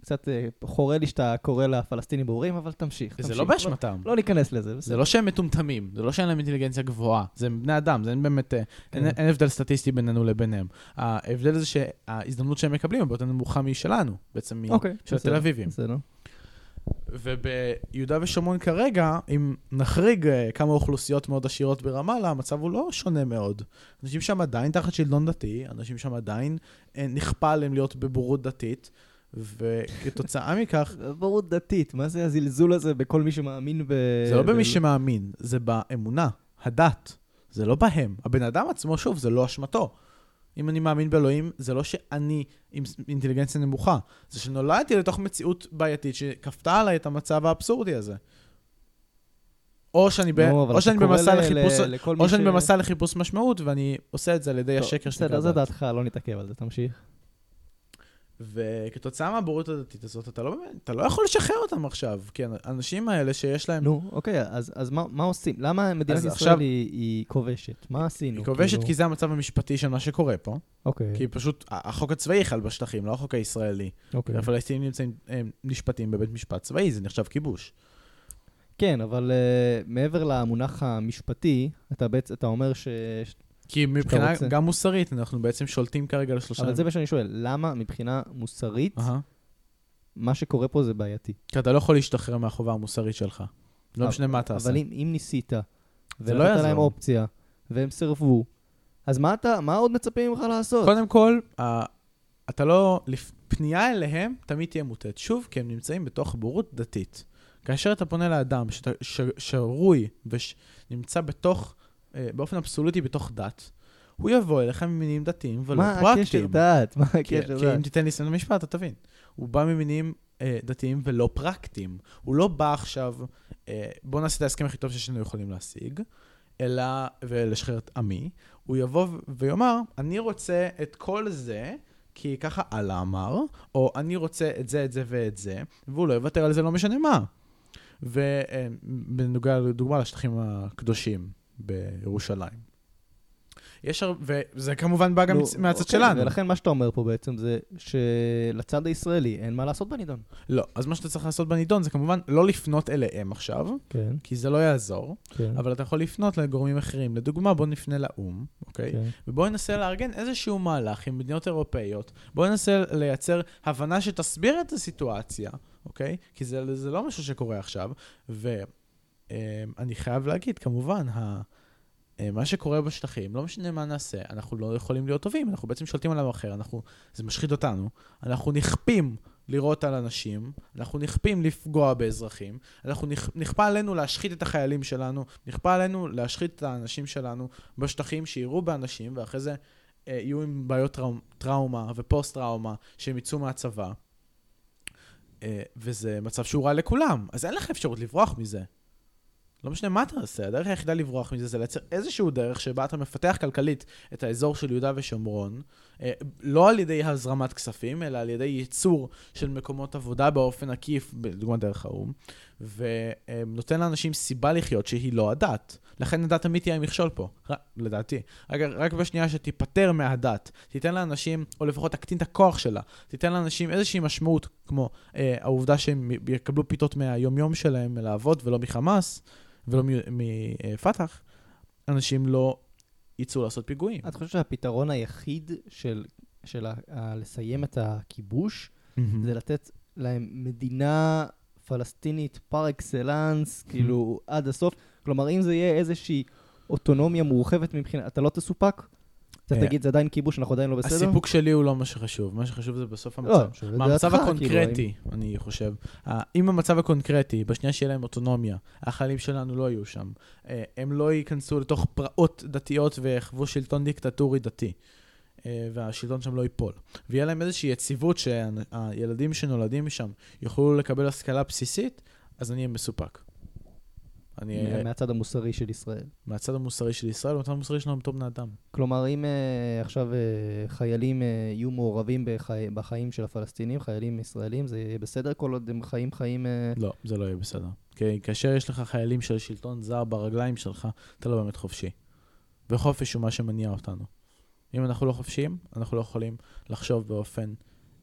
S1: קצת חורה לי שאתה קורא לפלסטינים בורים, אבל תמשיך.
S2: זה לא באשמתם.
S1: לא ניכנס לזה.
S2: זה לא שהם מטומטמים, זה לא שאין להם אינטליגנציה גבוהה, זה בני אדם, זה אין באמת, אין הבדל סטטיסטי בינינו לביניהם. ההבדל זה שההזדמנות שהם מקבלים היא באותה נמוכה משלנו, בעצם של התל אביבים.
S1: בסדר.
S2: וביהודה ושומרון כרגע, אם נחריג כמה אוכלוסיות מאוד עשירות ברמאללה, המצב הוא לא שונה מאוד. אנשים שם עדיין תחת שלטון דתי, אנשים שם עדיין נכפה עליהם להיות בבורות דתית, וכתוצאה מכך...
S1: בורות דתית, מה זה הזלזול הזה בכל מי שמאמין
S2: זה לא במי שמאמין, זה באמונה, הדת, זה לא בהם. הבן אדם עצמו, שוב, זה לא אשמתו. אם אני מאמין באלוהים, זה לא שאני עם אינטליגנציה נמוכה, זה שנולדתי לתוך מציאות בעייתית שכפתה עליי את המצב האבסורדי הזה. או שאני במסע לחיפוש משמעות, ואני עושה את זה על ידי השקר שנקרא דת.
S1: בסדר, זה דעתך, לא נתעכב על זה, תמשיך.
S2: וכתוצאה מהבורות הדתית הזאת, אתה לא יכול לשחרר אותם עכשיו, כי האנשים האלה שיש להם...
S1: נו, אוקיי, אז מה עושים? למה מדינת ישראל היא כובשת? מה עשינו?
S2: היא כובשת כי זה המצב המשפטי של מה שקורה פה.
S1: אוקיי.
S2: כי פשוט, החוק הצבאי חל בשטחים, לא החוק הישראלי.
S1: אוקיי.
S2: הפלסטינים נשפטים בבית משפט צבאי, זה נחשב כיבוש.
S1: כן, אבל מעבר למונח המשפטי, אתה אומר
S2: כי מבחינה גם מוסרית, אנחנו בעצם שולטים כרגע לשלושה...
S1: אבל זה מה שאני שואל, למה מבחינה מוסרית, מה שקורה פה זה בעייתי?
S2: כי אתה לא יכול להשתחרר מהחובה המוסרית שלך. לא משנה מה אתה עושה.
S1: אבל אם ניסית, ולתת להם אופציה, והם סרבו, אז מה עוד מצפים ממך לעשות?
S2: קודם כל, אתה לא... פנייה אליהם תמיד תהיה מוטט. שוב, כי הם נמצאים בתוך בורות דתית. כאשר אתה פונה לאדם שרוי ונמצא בתוך... באופן אבסולוטי בתוך דת, הוא יבוא אליך ממינים דתיים ולא פרקטיים.
S1: מה הקשר דת? מה הקשר דת?
S2: כי אם תיתן לי סנד המשפט, אתה תבין. הוא בא ממינים דתיים ולא פרקטיים. הוא לא בא עכשיו, בוא נעשה את ההסכם הכי טוב ששנו יכולים להשיג, אלא, ולשחרר את עמי, הוא יבוא ויאמר, אני רוצה את כל זה, כי ככה אללה אמר, או אני רוצה את זה, את זה ואת זה, והוא לא יוותר על זה לא משנה מה. ובנוגע לדוגמה לשטחים הקדושים, בירושלים. וזה כמובן בא גם מהצד שלנו.
S1: ולכן מה שאתה אומר פה בעצם זה שלצד הישראלי אין מה לעשות בנידון.
S2: לא, אז מה שאתה צריך לעשות בנידון זה כמובן לא לפנות אליהם עכשיו, כי זה לא יעזור, אבל אתה יכול לפנות לגורמים אחרים. לדוגמה, בוא נפנה לאום, אוקיי? ובוא ננסה לארגן איזשהו מהלך עם מדינות אירופאיות. בוא ננסה לייצר הבנה שתסביר את הסיטואציה, אוקיי? כי זה לא משהו שקורה עכשיו, אני חייב להגיד, כמובן, מה שקורה בשטחים, לא משנה מה נעשה, אנחנו לא יכולים להיות טובים, אנחנו בעצם שולטים על עם אחר, זה משחית אותנו, אנחנו נכפים לראות על אנשים, אנחנו נכפים לפגוע באזרחים, אנחנו נכפה עלינו להשחית את החיילים שלנו, נכפה עלינו להשחית את האנשים שלנו בשטחים שיראו באנשים, ואחרי זה יהיו עם בעיות טראומה ופוסט-טראומה שהם יצאו מהצבא, וזה מצב שהוא רע לכולם, אז אין לך אפשרות לברוח מזה. לא משנה מה אתה עושה, הדרך היחידה לברוח מזה זה לייצר איזשהו דרך שבה אתה מפתח כלכלית את האזור של יהודה ושומרון, לא על ידי הזרמת כספים, אלא על ידי ייצור של מקומות עבודה באופן עקיף, בדוגמה דרך האום, ונותן לאנשים סיבה לחיות שהיא לא הדת. לכן הדת תמיד תהיה מכשול פה, לדעתי. רק בשנייה שתיפטר מהדת, תיתן לאנשים, או לפחות תקטין את הכוח שלה, תיתן לאנשים איזושהי משמעות, כמו העובדה שהם יקבלו פיתות מהיום-יום שלהם לעבוד, ולא מחמאס, ולא מפתח, אנשים לא ייצאו לעשות פיגועים.
S1: אתה חושב שהפתרון היחיד של לסיים את הכיבוש, זה לתת להם מדינה פלסטינית פר אקסלנס, כאילו עד הסוף? כלומר, אם זה יהיה איזושהי אוטונומיה מורחבת מבחינה, אתה לא תסופק? אתה תגיד, זה עדיין כיבוש, אנחנו עדיין לא בסדר?
S2: הסיפוק שלי הוא לא מה שחשוב. מה שחשוב זה בסוף המצב. המצב הקונקרטי, אני חושב. אם המצב הקונקרטי, בשנייה שיהיה להם אוטונומיה, החיילים שלנו לא יהיו שם. הם לא ייכנסו לתוך פרעות דתיות ויחוו שלטון דיקטטורי דתי. והשלטון שם לא ייפול. ויהיה להם איזושהי יציבות שהילדים שנולדים משם יוכלו לקבל השכלה בסיסית, אז אני אהיה מסופק.
S1: מהצד המוסרי של ישראל.
S2: מהצד המוסרי של ישראל, ומהצד המוסרי שלנו בתור בני אדם.
S1: כלומר, אם עכשיו חיילים יהיו מעורבים בחיים של הפלסטינים, חיילים ישראלים, זה יהיה בסדר כל עוד הם חיים...
S2: לא, זה לא יהיה בסדר. כי כאשר יש לך חיילים של שלטון זר ברגליים שלך, אתה לא באמת חופשי. וחופש הוא מה שמניע אותנו. אם אנחנו לא חופשיים, אנחנו לא יכולים לחשוב באופן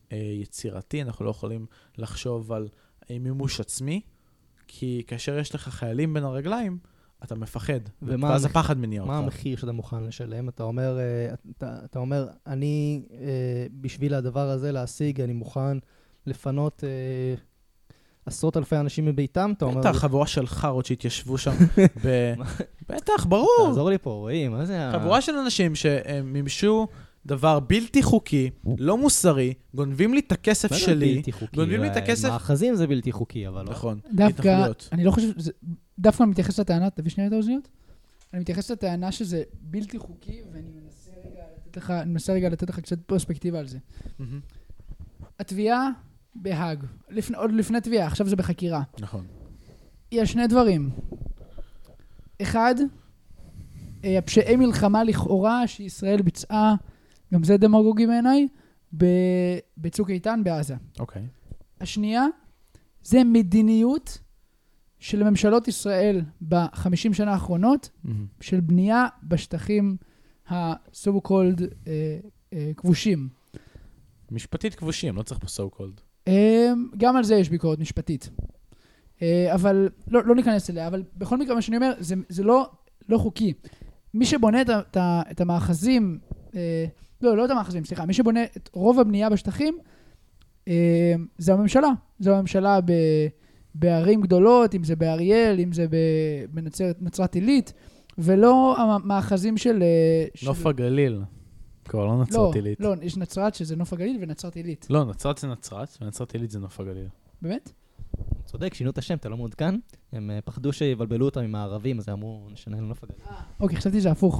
S2: יצירתי, אנחנו לא יכולים לחשוב על מימוש עצמי, כי כאשר יש לך חיילים בין הרגליים, אתה מפחד, ואז הפחד מניע אותך.
S1: מה המחיר שאתה מוכן לשלם? אתה אומר, אני בשביל הדבר הזה להשיג, אני מוכן לפנות עשרות אלפי אנשים מביתם, אתה אומר...
S2: בטח, חבורה של חרות שהתיישבו שם בטח, ברור.
S1: תעזור לי פה, רואים, מה זה...
S2: חבורה של אנשים שמימשו דבר בלתי חוקי, לא מוסרי, גונבים לי את הכסף שלי, גונבים לי את הכסף...
S1: מאחזים זה בלתי חוקי, אבל לא.
S2: נכון,
S3: דווקא, אני לא חושב, דווקא אני מתייחס לטענה, תביא שנייה את האוזניות? אני מתייחס לטענה שזה בלתי חוקי, ואני מנסה רגע לתת לך קצת פרספקטיבה על זה. התביעה בהאג, עוד לפני תביעה, עכשיו זה בחקירה.
S2: נכון.
S3: יש שני דברים. אחד, הפשעי מלחמה לכאורה שישראל ביצעה, גם זה דמגוגי בעיניי, בצוק איתן בעזה.
S2: אוקיי.
S3: השנייה, זה מדיניות של ממשלות ישראל ב-50 שנה האחרונות, של בנייה בשטחים ה-so called כבושים.
S2: משפטית כבושים, לא צריך פה so called.
S3: גם על זה יש ביקורת משפטית. אבל לא ניכנס אליה, אבל בכל מקרה מה שאני אומר, זה לא חוקי. מי שבונה את המאחזים, לא את המאחזים, סליחה, מי שבונה את רוב הבנייה בשטחים, זה הממשלה. זו הממשלה בערים גדולות, אם זה באריאל, אם זה בנצרת עילית, ולא המאחזים של...
S2: נוף הגליל. כבר לא נצרת עילית.
S3: לא, יש נצרת שזה נוף הגליל ונצרת עילית.
S2: לא, נצרת זה נצרת, ונצרת עילית זה נוף הגליל.
S3: באמת?
S1: צודק, שינו את השם, אתה לא מעודכן. הם פחדו שיבלבלו אותם עם הערבים, אז אמרו, נשנה לנוף הגליל.
S3: אוקיי, חשבתי שזה הפוך.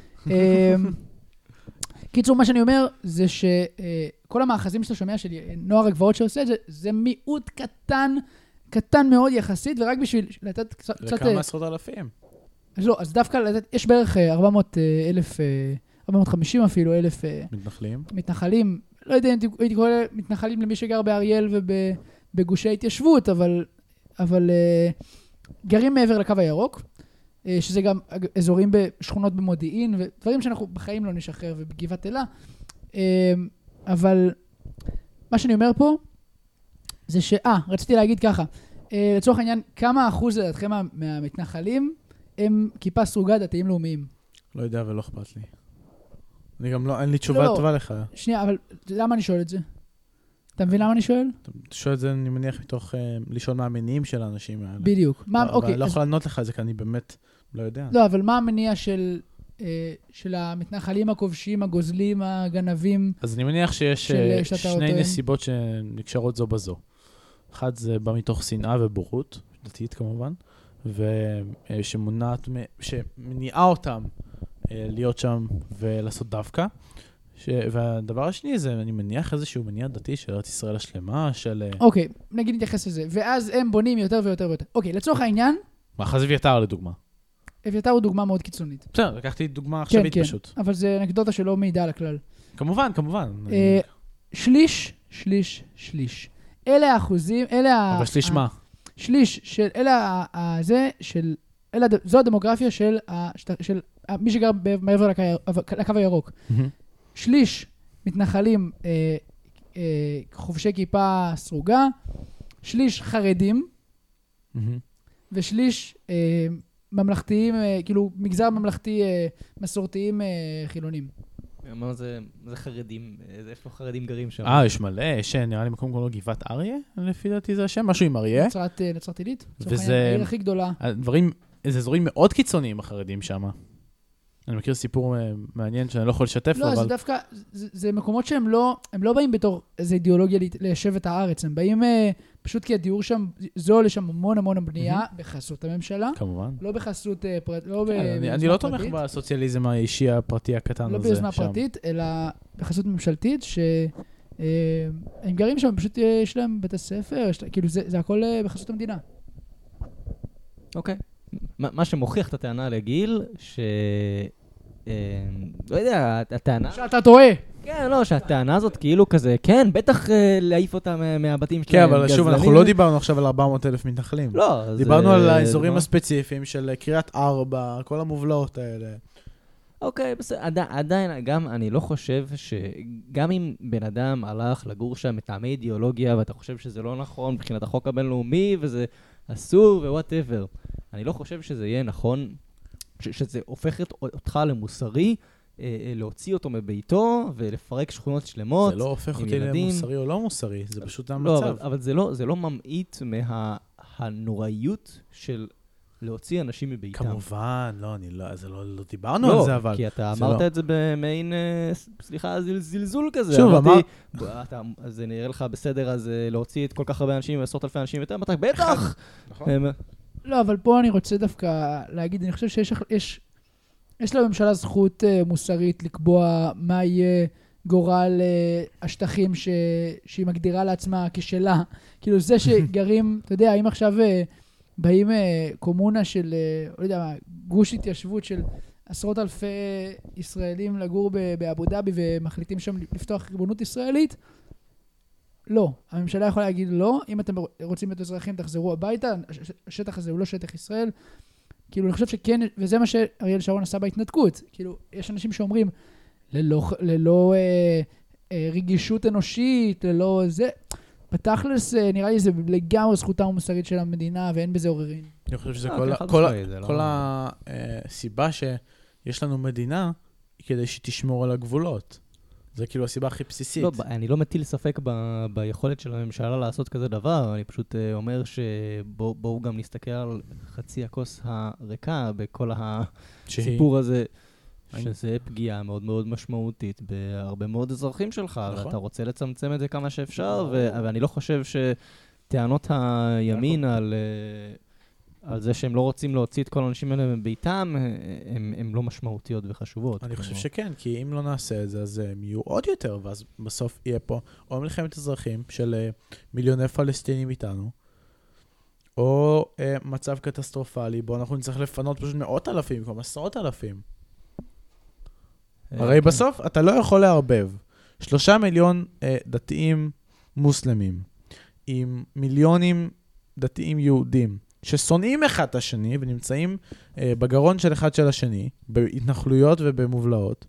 S3: קיצור, מה שאני אומר, זה שכל המאחזים שאתה שומע של נוער הגבעות שעושה את זה, זה מיעוט קטן מאוד יחסית, ורק בשביל לתת קצת...
S2: לכמה עשרות אלפים.
S3: אז לא, אז דווקא יש בערך 450 אפילו, 1,000... מתנחלים. לא יודע אם הייתי קורא מתנחלים למי שגר באריאל ובגושי התיישבות, אבל גרים מעבר לקו הירוק, שזה גם אזורים בשכונות במודיעין, ודברים שאנחנו בחיים לא נשחרר, ובגבעת אלה. אבל מה שאני אומר פה, זה רציתי להגיד ככה, לצורך העניין, כמה אחוז לדעתכם מהמתנחלים הם כיפה סרוגה דתיים לאומיים?
S2: לא יודע ולא אכפת לי. אני גם לא, אין לי תשובה טובה לך.
S3: שנייה, אבל למה אני שואל את זה? אתה מבין למה אני שואל?
S2: אתה שואל את זה, אני מניח, מתוך לשאול מה המניעים של האנשים האלה.
S3: בדיוק.
S2: אבל אני לא יכול לענות לך את זה, כי אני באמת לא יודע.
S3: לא, אבל מה המניע של המתנחלים הכובשים, הגוזלים, הגנבים?
S2: אז אני מניח שיש שני נסיבות שנקשרות זו בזו. אחד זה בא מתוך שנאה ובורות, דתית כמובן, שמניעה אותם להיות שם ולעשות דווקא. והדבר השני זה, אני מניח איזשהו מניע דתי של ארץ ישראל השלמה, של...
S3: אוקיי, נגיד נתייחס לזה. ואז הם בונים יותר ויותר ויותר. אוקיי, לצורך העניין...
S2: מאחז אביתר לדוגמה.
S3: אביתר הוא דוגמה מאוד קיצונית.
S2: בסדר, לקחתי דוגמה עכשווית פשוט.
S3: כן, אבל זה אנקדוטה שלא מעידה על הכלל.
S2: כמובן.
S3: שליש. אלה האחוזים,
S2: אבל שליש מה?
S3: שליש של, זו הדמוגרפיה של מי שגר מעבר לקו הירוק. שליש מתנחלים חובשי כיפה סרוגה, שליש חרדים, ושליש ממלכתיים, כאילו מגזר ממלכתי מסורתיים חילונים.
S1: מה זה חרדים? איפה חרדים גרים שם?
S2: יש מלא, יש נראה לי מקום קוראים לו גבעת אריה, לפי דעתי זה השם, משהו עם אריה.
S3: נצרת עילית,
S2: וזה
S3: העיר הכי גדולה.
S2: זה אזורים מאוד קיצוניים החרדים שם. אני מכיר סיפור מעניין שאני לא יכול לשתף,
S3: לא, זה דווקא, זה מקומות שהם לא באים בתור איזו אידיאולוגיה ליישב את הארץ, הם באים פשוט כי הדיור שם זול, יש שם המון בנייה בחסות הממשלה.
S2: כמובן.
S3: לא בחסות פרטית,
S2: אני לא תומך בסוציאליזם האישי הפרטי הקטן הזה.
S3: לא ביוזמה פרטית, אלא בחסות ממשלתית, שהם גרים שם, פשוט יש להם בית הספר, כאילו זה הכל בחסות המדינה.
S1: אוקיי. מה שמוכיח את הטענה לגיל, לא יודע, הטענה...
S3: שאתה טועה.
S1: כן, לא, שהטענה הזאת כאילו כזה, כן, בטח להעיף אותה מהבתים שלהם.
S2: כן, אבל שוב, אנחנו לא דיברנו עכשיו על 400,000 מתנחלים.
S1: לא.
S2: דיברנו על האזורים הספציפיים של קריית ארבע, כל המובלעות האלה.
S1: אוקיי, בסדר, עדיין, גם אני לא חושב שגם אם בן אדם הלך לגור שם מטעמי אידיאולוגיה, ואתה חושב שזה לא נכון מבחינת החוק הבינלאומי, וזה אסור ווואטאבר, אני לא חושב שזה יהיה נכון, שזה הופך אותך למוסרי, להוציא אותו מביתו ולפרק שכונות שלמות.
S2: זה לא הופך אותי למוסרי או לא מוסרי, זה פשוט המצב.
S1: לא, אבל זה לא ממעיט מהנוראיות של להוציא אנשים מביתם.
S2: כמובן, לא דיברנו על זה, אבל...
S1: לא, כי אתה אמרת את זה במעין, סליחה, זלזול כזה.
S2: שוב,
S1: זה נראה לך בסדר, אז להוציא את כל כך הרבה אנשים, עשרות אלפי אנשים יותר, בטח!
S2: נכון.
S3: לא, אבל פה אני רוצה דווקא להגיד, אני חושב יש לממשלה זכות מוסרית לקבוע מה יהיה גורל השטחים שהיא מגדירה לעצמה כשלה. כאילו זה שגרים, אתה יודע, אם עכשיו באים קומונה של, לא יודע מה, גוש התיישבות של עשרות אלפי ישראלים לגור באבו דאבי ומחליטים שם לפתוח ריבונות ישראלית, לא. הממשלה יכולה להגיד לא, אם אתם רוצים להיות אזרחים תחזרו הביתה, השטח הזה הוא לא שטח ישראל. כאילו, אני חושב שכן, וזה מה שאריאל שרון עשה בהתנתקות. כאילו, יש אנשים שאומרים, ללא רגישות אנושית, ללא זה. בתכלס, נראה לי זה לגמרי זכותה המוסרית של המדינה, ואין בזה עוררין.
S2: אני חושב שזה כל הסיבה שיש לנו מדינה, היא כדי שתשמור על הגבולות. זה כאילו הסיבה הכי בסיסית.
S1: לא, אני לא מטיל ספק ביכולת של הממשלה לעשות כזה דבר, אני פשוט אומר שבואו גם נסתכל על חצי הכוס הריקה בכל הסיפור הזה, שזה פגיעה מאוד מאוד משמעותית בהרבה מאוד אזרחים שלך, ואתה רוצה לצמצם את זה כמה שאפשר, ואני לא חושב שטענות הימין על זה שהם לא רוצים להוציא את כל האנשים האלה מביתם, הם לא משמעותיות וחשובות.
S2: אני חושב שכן, כי אם לא נעשה את זה, אז הם יהיו עוד יותר, ואז בסוף יהיה פה או מלחמת אזרחים של מיליוני פלסטינים איתנו, או מצב קטסטרופלי, בו אנחנו נצטרך לפנות פשוט 100,000, כמו 10,000. הרי בסוף אתה לא יכול להרבב 3 מיליון דתיים מוסלמים, עם מיליונים דתיים יהודים, ששונאים אחד את השני, ונמצאים בגרון של אחד של השני, בהתנחלויות ובמובלעות,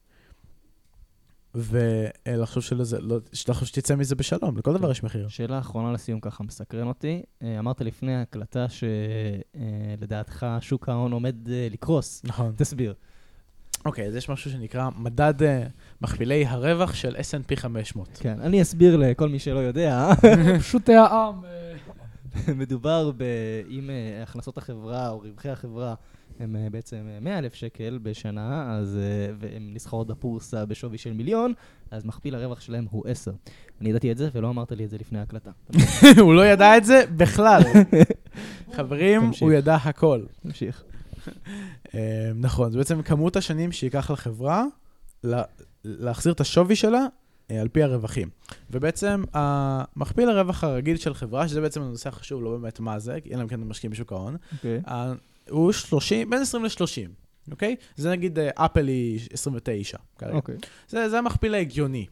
S2: ולחשוב שתצא מזה בשלום, לכל דבר יש מחיר.
S1: שאלה האחרונה לסיום ככה מסקרן אותי. אמרת לפני ההקלטה שלדעתך שוק ההון עומד לקרוס.
S2: נכון.
S1: תסביר.
S2: אוקיי, אז יש משהו שנקרא מדד מכפילי הרווח של S&P 500.
S1: כן, אני אסביר לכל מי שלא יודע.
S3: פשוטי העם.
S1: מדובר אם הכנסות החברה או רווחי החברה הם בעצם 100,000 שקל בשנה, והם נסחרות בפורסה בשווי של 1,000,000, אז מכפיל הרווח שלהם הוא 10. אני ידעתי את זה ולא אמרת לי את זה לפני ההקלטה.
S2: הוא לא ידע את זה בכלל. חברים, הוא ידע הכל.
S1: נמשיך.
S2: נכון, זה בעצם כמות השנים שיקח לחברה להחזיר את השווי שלה על פי הרווחים. ובעצם המכפיל הרווח הרגיל של חברה, שזה בעצם הנושא החשוב, לא באמת מה זה, כי אין להם כן משקיעים בשוק ההון, הוא 30, בין 20 ל-30, אוקיי? זה נגיד אפל היא 29, כרגע. זה המכפיל ההגיוני.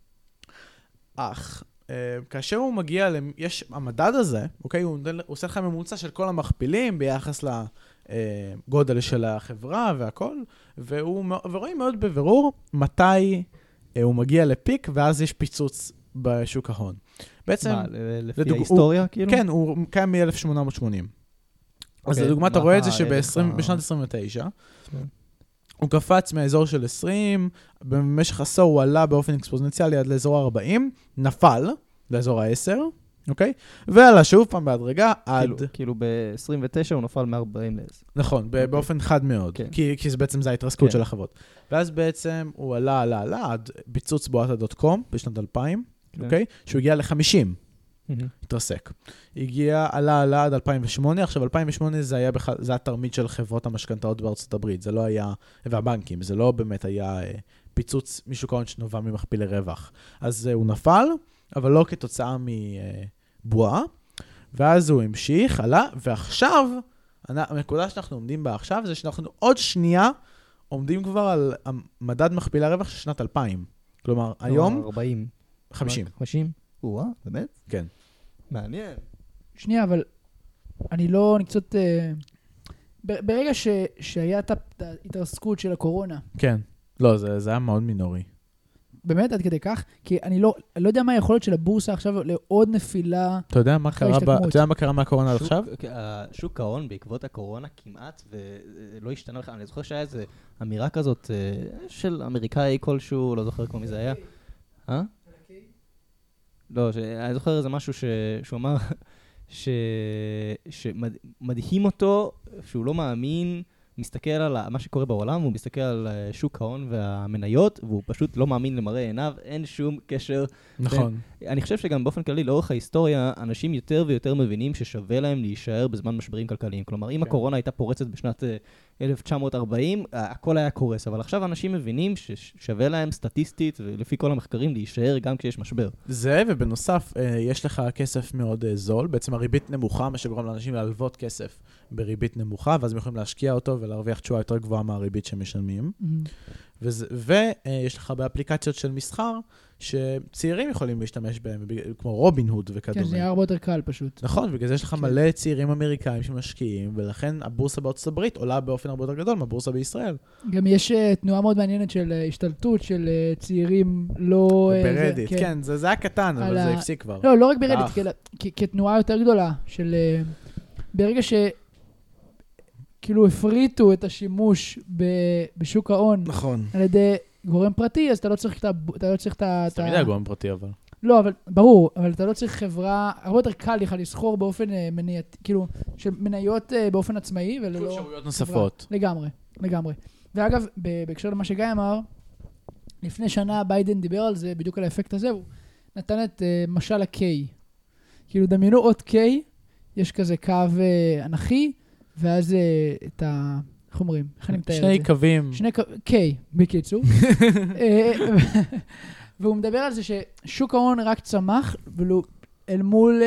S2: אך, כאשר הוא מגיע, יש המדד הזה, אוקיי? הוא עושה לך ממוצע של כל המכפילים ביחס לגודל של החברה והכל, ורואים מאוד בבירור מתי הוא מגיע לפיק, ואז יש פיצוץ בשוק ההון. בעצם...
S1: לפי ההיסטוריה, כאילו?
S2: כן, הוא קיים מ-1880. אז לדוגמה, אתה רואה את זה שבשנת 29, הוא קפץ מהאזור של 20, במשך עשור הוא עלה באופן אקספוזנציאלי עד לאזור 40, נפל לאזור ה-10, אוקיי? ועלה שוב פעם בהדרגה עד...
S1: כאילו ב-29 הוא נפל מ-40 ל-10.
S2: נכון, באופן חד מאוד, כי זה בעצם זה ההתרסקות של החברות. ואז בעצם הוא עלה עד ביצוץ בועת הדוט-קום בשנת 2000, אוקיי? שהוא הגיע ל-50. התרסק. עלה עד 2008, עכשיו 2008 זה היה התרמית של חברות המשכנתאות בארצות הברית, זה לא היה, והבנקים, זה לא באמת היה פיצוץ משוק ההון שנובע ממכפילי רווח. אז הוא נפל, אבל לא כתוצאה מבועה, ואז הוא המשיך, עלה, ועכשיו, הנקודה שאנחנו עומדים בה עכשיו, זה שאנחנו עוד שנייה עומדים כבר על מדד מכפילי הרווח של שנת 2000. כלומר, היום...
S1: 40.
S2: 50.
S1: 50? באמת?
S2: כן.
S1: מעניין.
S3: שנייה, אבל אני קצת... ברגע שהיה את ההתרסקות של הקורונה,
S2: כן. לא, זה היה מאוד מינורי.
S3: באמת, עד כדי כך? כי אני לא יודע מה היכולת של הבורסה עכשיו לעוד נפילה.
S2: אתה יודע מה קרה מהקורונה עד עכשיו?
S1: שוק ההון בעקבות הקורונה כמעט, ולא השתנה לך. אני זוכר שהיה איזו אמירה כזאת של אמריקאי כלשהו, לא זוכר כמו מי זה היה. לא, אני זוכר איזה משהו שהוא אמר שמדהים אותו, שהוא לא מאמין, מסתכל על מה שקורה בעולם, הוא מסתכל על שוק ההון והמניות, והוא פשוט לא מאמין למראה עיניו, אין שום קשר.
S2: נכון.
S1: אני חושב שגם באופן כללי, לאורך ההיסטוריה, אנשים יותר ויותר מבינים ששווה להם להישאר בזמן משברים כלכליים. כלומר, אם הקורונה הייתה פורצת בשנת 1940, הכל היה קורס, אבל עכשיו אנשים מבינים ששווה להם סטטיסטית, ולפי כל המחקרים, להישאר גם כשיש משבר.
S2: זה, ובנוסף, יש לך כסף מאוד זול, בעצם הריבית נמוכה, מה שגורם לאנשים להלוות כסף בריבית נמוכה, ואז הם יכולים להשקיע אותו ולהרוויח תשואה יותר גבוהה מהריבית שמשלמים. ויש לך באפליקציות של מסחר, שצעירים יכולים להשתמש בהם, כמו רובין הוד וכדומה.
S3: כן, זה היה הרבה יותר קל פשוט.
S2: נכון, בגלל זה יש לך מלא צעירים אמריקאים שמשקיעים, ולכן הבורסה בארצות הברית עולה באופן הרבה יותר גדול מהבורסה בישראל.
S3: גם יש תנועה מאוד מעניינת של השתלטות של צעירים לא...
S2: ברדיט, כן, זה היה קטן, אבל זה הפסיק כבר.
S3: לא רק ברדיט, כתנועה יותר גדולה, של ברגע ש... כאילו הפריטו את השימוש בשוק ההון.
S2: נכון.
S3: על ידי גורם פרטי, אז אתה לא צריך את ה...
S2: זה תמיד היה גורם פרטי, אבל.
S3: לא, אבל ברור, אבל אתה לא צריך חברה, הרבה יותר קל לך לסחור באופן מנייתי, כאילו, של מניות באופן עצמאי, וללא...
S2: אפשרויות נוספות.
S3: לגמרי. ואגב, בהקשר למה שגיא אמר, לפני שנה ביידן דיבר על זה, בדיוק על האפקט הזה, הוא נתן את משל ה-K. כאילו, דמיינו עוד K, יש כזה קו אנכי, ואז את ה... איך אומרים? איך אני מתאר את זה?
S2: שני קווים.
S3: K, בקיצור. והוא מדבר על זה ששוק ההון רק צמח, אל מול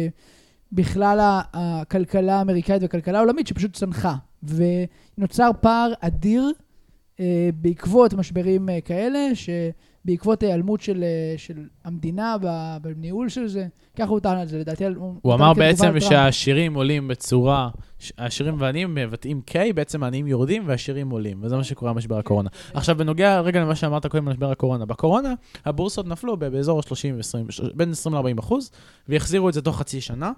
S3: בכלל הכלכלה האמריקאית והכלכלה העולמית, שפשוט צנחה. ונוצר פער אדיר בעקבות משברים כאלה, שבעקבות ההיעלמות של המדינה בניהול של זה, ככה הוא טען על זה, לדעתי.
S2: הוא אמר בעצם שהעשירים עולים בצורה, העשירים והעניים מבטאים K, בעצם העניים יורדים והעשירים עולים, וזה מה שקורה במשבר הקורונה. עכשיו, בנוגע רגע למה שאמרת קודם במשבר הקורונה, בקורונה הבורסות נפלו באזור ה-30 בין 20-40%, והחזירו את זה תוך חצי שנה,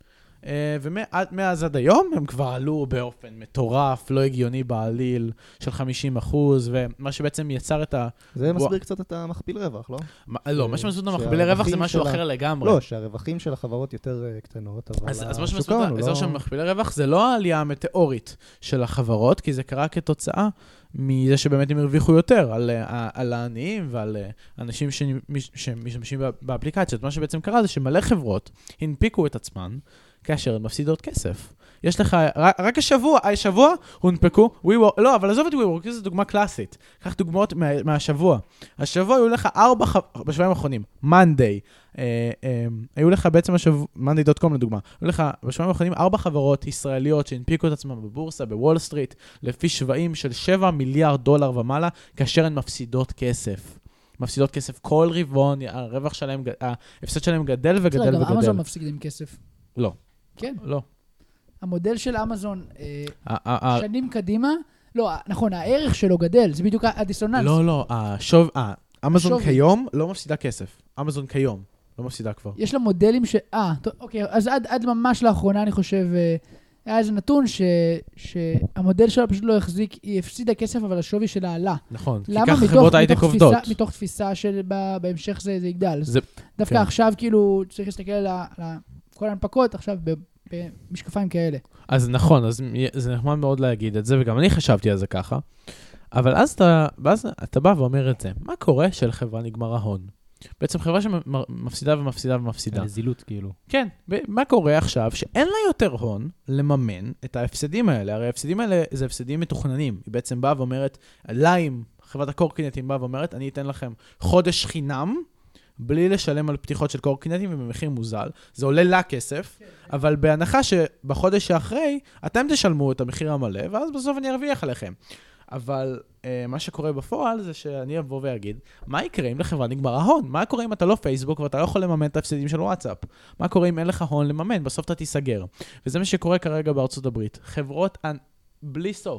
S2: ומאז עד היום הם כבר עלו באופן מטורף, לא הגיוני בעליל של 50%, ומה שבעצם יצר את ה...
S1: זה מסביר קצת את המכפיל רווח, לא?
S2: לא, מה שמסביר את המכפילי רווח זה משהו אחר לגמרי.
S1: לא, שהרווחים של החברות יותר קטנות, אבל
S2: אז מה שמסביר את האזור של מכפילי רווח זה לא העלייה המטאורית של החברות, כי זה קרה כתוצאה מזה שבאמת הם הרוויחו יותר על העניים ועל אנשים שמשתמשים באפליקציות. מה שבעצם קרה זה שמלא חברות הנפיקו את עצמן, כאשר הן מפסידות כסף. יש לך, רק השבוע הונפקו, לא, אבל עזוב את WeWork, זו דוגמה קלאסית. קח דוגמאות מהשבוע. השבוע היו לך 4, בשבועים האחרונים, Monday, היו לך בעצם Monday.com לדוגמה, היו לך בשבועים האחרונים 4 חברות ישראליות שהנפיקו את עצמן בבורסה, בוול סטריט, לפי שווים של $7 מיליארד ומעלה, כאשר הן מפסידות כסף. מפסידות כסף כל רבעון, הרווח שלהם, ההפסד שלהם גדל וגדל וגדל.
S3: אמזון מפסידים כסף.
S2: לא.
S3: כן.
S2: לא.
S3: המודל של אמזון שנים קדימה, לא, נכון, הערך שלו גדל, זה בדיוק הדיסוננס.
S2: לא, אמזון כיום לא מפסידה כסף. אמזון כיום לא מפסידה כבר.
S3: יש לה מודלים אוקיי, אז עד ממש לאחרונה אני חושב, היה איזה נתון שהמודל שלה פשוט לא החזיק, היא הפסידה כסף, אבל השווי שלה עלה.
S2: נכון, כי ככה חברות הייטק עובדות.
S3: מתוך תפיסה בהמשך זה יגדל. דווקא עכשיו כאילו צריך להסתכל על כל ההנפקות עכשיו במשקפיים כאלה.
S2: אז נכון, אז זה נחמד מאוד להגיד את זה, וגם אני חשבתי על זה ככה. אבל אז אתה בא ואומר את זה. מה קורה שלחברה נגמר ההון? בעצם חברה שמפסידה ומפסידה ומפסידה.
S1: זילות כאילו.
S2: כן, מה קורה עכשיו שאין לה יותר הון לממן את ההפסדים האלה? הרי ההפסדים האלה זה הפסדים מתוכננים. היא בעצם באה ואומרת, ליים, חברת הקורקינטים באה ואומרת, אני אתן לכם חודש חינם, בלי לשלם על פתיחות של קורקינטים ובמחיר מוזל. זה עולה לה כסף, אבל בהנחה שבחודש שאחרי, אתם תשלמו את המחיר המלא, ואז בסוף אני ארוויח עליכם. אבל מה שקורה בפועל זה שאני אבוא ואגיד, מה יקרה אם לחברה נגמר ההון? מה קורה אם אתה לא פייסבוק ואתה לא יכול לממן את ההפסדים של וואטסאפ? מה קורה אם אין לך הון לממן? בסוף אתה תיסגר. וזה מה שקורה כרגע בארצות הברית. חברות בלי סוף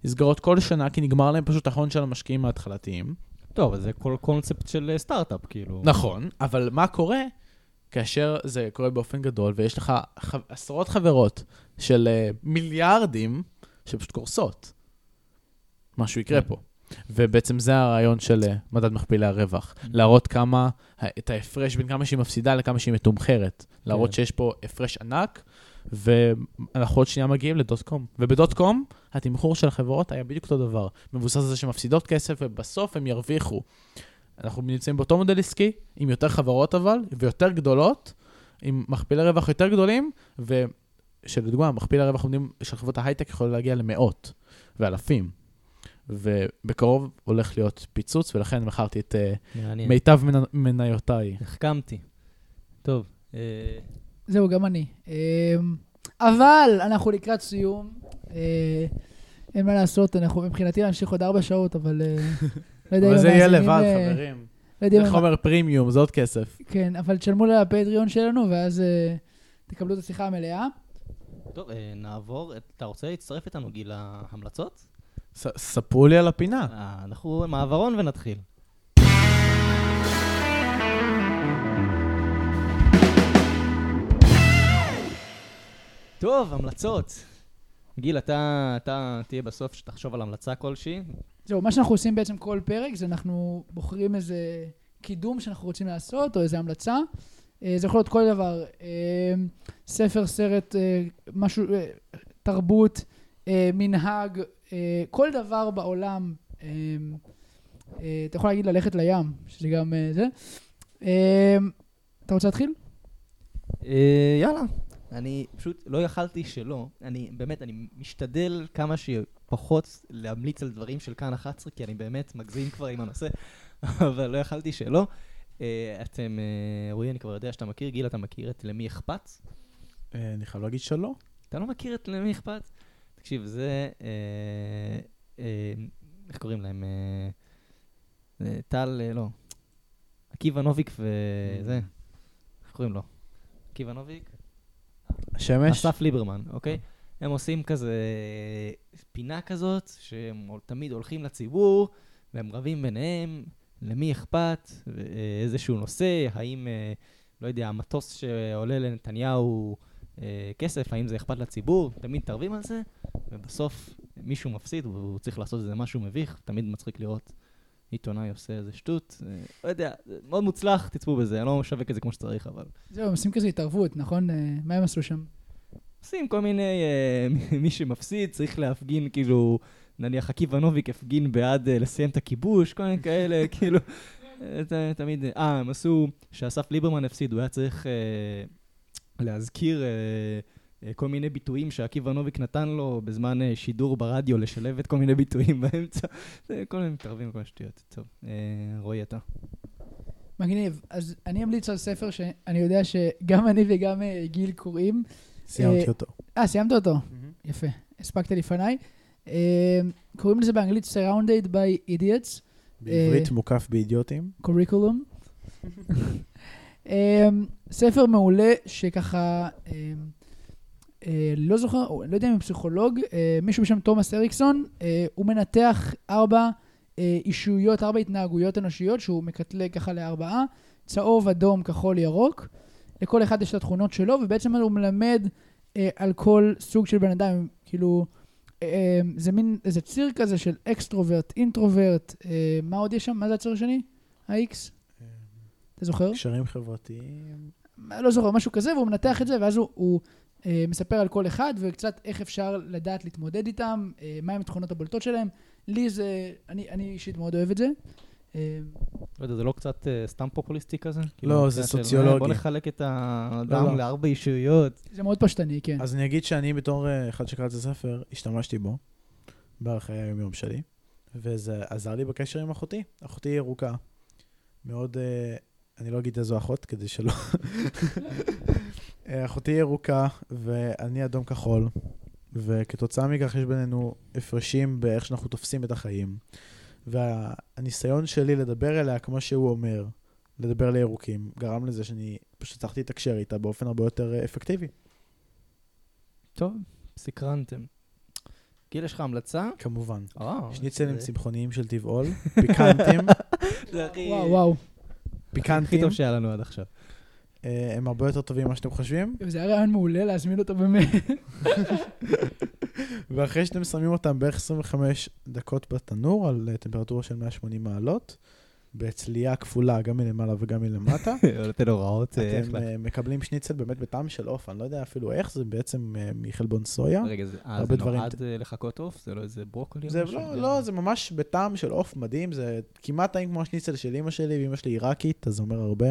S2: נסגרות כל שנה, כי נגמר להם פשוט ההון של המשקיעים ההתחלתיים.
S1: טוב, זה כל קונספט של סטארט-אפ, כאילו.
S2: נכון, אבל מה קורה כאשר זה קורה באופן גדול, ויש לך עשרות חברות של מיליארדים שפשוט קורסות. משהו יקרה פה. ובעצם זה הרעיון של מדד מכפילי הרווח. להראות כמה, את ההפרש בין כמה שהיא מפסידה לכמה שהיא מתומחרת. להראות שיש פה הפרש ענק, ואנחנו עוד שנייה מגיעים לדוט-קום. ובדוט-קום, התמחור של החברות היה בדיוק אותו דבר. מבוסס על זה שמפסידות כסף, ובסוף הם ירוויחו. אנחנו נמצאים באותו מודל עסקי, עם יותר חברות אבל, ויותר גדולות, עם מכפילי רווח יותר גדולים, ושלדוגמה, מכפילי הרווח של חברות ההייטק יכול להגיע למאות ואלפים. ובקרוב הולך להיות פיצוץ, ולכן מכרתי את מיטב מניותיי.
S1: החכמתי. טוב.
S3: זהו, גם אני. אבל אנחנו לקראת סיום. אין מה לעשות, אנחנו מבחינתי להמשיך עוד 4 שעות, אבל לא יודע אם
S2: אבל זה יהיה לבד, חברים. זה חומר פרימיום, זה עוד כסף.
S3: כן, אבל תשלמו לפטריון שלנו, ואז תקבלו את השיחה המלאה.
S1: טוב, נעבור. אתה רוצה להצטרף איתנו, גיל, להמלצות?
S2: ספרו לי על הפינה.
S1: אנחנו מעברון ונתחיל. טוב, המלצות. גיל, אתה תהיה בסוף שתחשוב על המלצה כלשהי.
S3: זהו, מה שאנחנו עושים בעצם כל פרק, זה אנחנו בוחרים איזה קידום שאנחנו רוצים לעשות, או איזה המלצה. זה יכול להיות כל דבר. ספר, סרט, משהו, תרבות, מנהג, כל דבר בעולם. אתה יכול להגיד ללכת לים, שזה גם זה. אתה רוצה להתחיל?
S1: יאללה. אני פשוט לא יכלתי שלא. באמת, אני משתדל כמה שפחות להמליץ על דברים של כאן 11, כי אני באמת מגזים כבר עם הנושא, אבל לא יכלתי שלא. אתם, רועי, אני כבר יודע שאתה מכיר, גיל, אתה מכיר את למי אכפת?
S2: אני חייב להגיד שלא.
S1: אתה לא מכיר את למי אכפת? תקשיב, זה, איך קוראים להם? טל, לא. עקיבא נוביק וזה. איך קוראים לו? עקיבא נוביק?
S2: השמש?
S1: אסף ליברמן, אוקיי? הם עושים כזה פינה כזאת, שהם תמיד הולכים לציבור, והם רבים ביניהם, למי אכפת, איזשהו נושא, האם, לא יודע, המטוס שעולה לנתניהו כסף, האם זה אכפת לציבור, תמיד תרבים על זה, ובסוף מישהו מפסיד, והוא צריך לעשות איזה משהו מביך, תמיד מצחיק לראות עיתונאי עושה איזה שטות, לא יודע, מאוד מוצלח, תצפו בזה, אני לא משווק את זה כמו שצריך, אבל...
S3: זהו, הם עושים כזה התערבות, נכון? מה הם עשו שם?
S1: עושים כל מיני, מי שמפסיד צריך להפגין, כאילו, נניח עקיבא נוביק הפגין בעד לסיים את הכיבוש, כל מיני כאלה, כאילו, תמיד, הם עשו, שאסף ליברמן הפסיד, הוא היה צריך להזכיר כל מיני ביטויים שעקיבא נוביק נתן לו בזמן שידור ברדיו, לשלב את כל מיני ביטויים באמצע, כל מיני מתערבים, כל מיני שטויות. טוב, רועי, אתה.
S3: מגניב. אז אני אמליץ על ספר שאני יודע שגם אני וגם גיל קוראים.
S2: סיימתי אותו.
S3: סיימת אותו? יפה. הספקת לפניי. קוראים לזה באנגלית Surrounded by Idiots.
S2: בעברית מוקף באידיוטים.
S3: קוריקולום. ספר מעולה שככה, לא זוכר, לא יודע אם הוא פסיכולוג, מישהו בשם תומאס אריקסון, הוא מנתח 4 אישויות, 4 התנהגויות אנושיות, שהוא מקטלג ככה ל4, צהוב, אדום, כחול, ירוק. לכל אחד יש את התכונות שלו, ובעצם הוא מלמד על כל סוג של בן אדם, כאילו, זה מין, איזה ציר כזה של אקסטרוברט, אינטרוברט, מה עוד יש שם? מה זה הציר השני? ה-X? אתה זוכר?
S2: קשרים חברתיים.
S3: לא זוכר, משהו כזה, והוא מנתח את זה, ואז הוא מספר על כל אחד, וקצת איך אפשר לדעת להתמודד איתם, מהם התכונות הבולטות שלהם. לי זה, אני אישית מאוד אוהב את זה.
S1: לא יודע, זה לא קצת סתם פופוליסטי כזה?
S2: לא, זה סוציולוגי.
S1: בוא נחלק את האדם ל4 אישויות.
S3: זה מאוד פשטני, כן.
S2: אז אני אגיד שאני בתור אחד שקרא את הספר, השתמשתי בו, בחיי היום שלי, וזה עזר לי בקשר עם אחותי. אחותי ירוקה. מאוד, אני לא אגיד איזו אחות, כדי שלא. אחותי ירוקה, ואני אדום כחול, וכתוצאה מכך יש בינינו הפרשים באיך שאנחנו תופסים את החיים. והניסיון שלי לדבר אליה, כמו שהוא אומר, לדבר לירוקים, גרם לזה שאני פשוט צריכתי לתקשר איתה באופן הרבה יותר אפקטיבי.
S1: טוב, סקרנתם. גיל, יש לך המלצה?
S4: כמובן.
S1: או,
S4: שניצלים צמחוניים של טבעול, פיקנטים,
S3: וואו.
S1: הכי
S4: פיקנטים,
S1: טוב שהיה לנו עד עכשיו.
S4: הם הרבה יותר טובים ממה שאתם חושבים,
S3: זה היה רעיון מעולה להזמין אותו באמת.
S4: ואחרי שאתם שמים אותם בערך 25 דקות בתנור, על טמפרטורה של 180 מעלות, בצלייה כפולה, גם מלמעלה וגם מלמטה,
S1: נותן הוראות.
S4: אתם מקבלים שניצל באמת בטעם של עוף, אני לא יודע אפילו איך, זה בעצם מחלבון סויה.
S1: רגע, זה נועד לחכות עוף? זה לא איזה ברוקולי?
S4: זה לא, זה ממש בטעם של עוף מדהים, זה כמעט טעים כמו השניצל של אמא שלי, ואמא שלי עיראקית, אז זה אומר הרבה.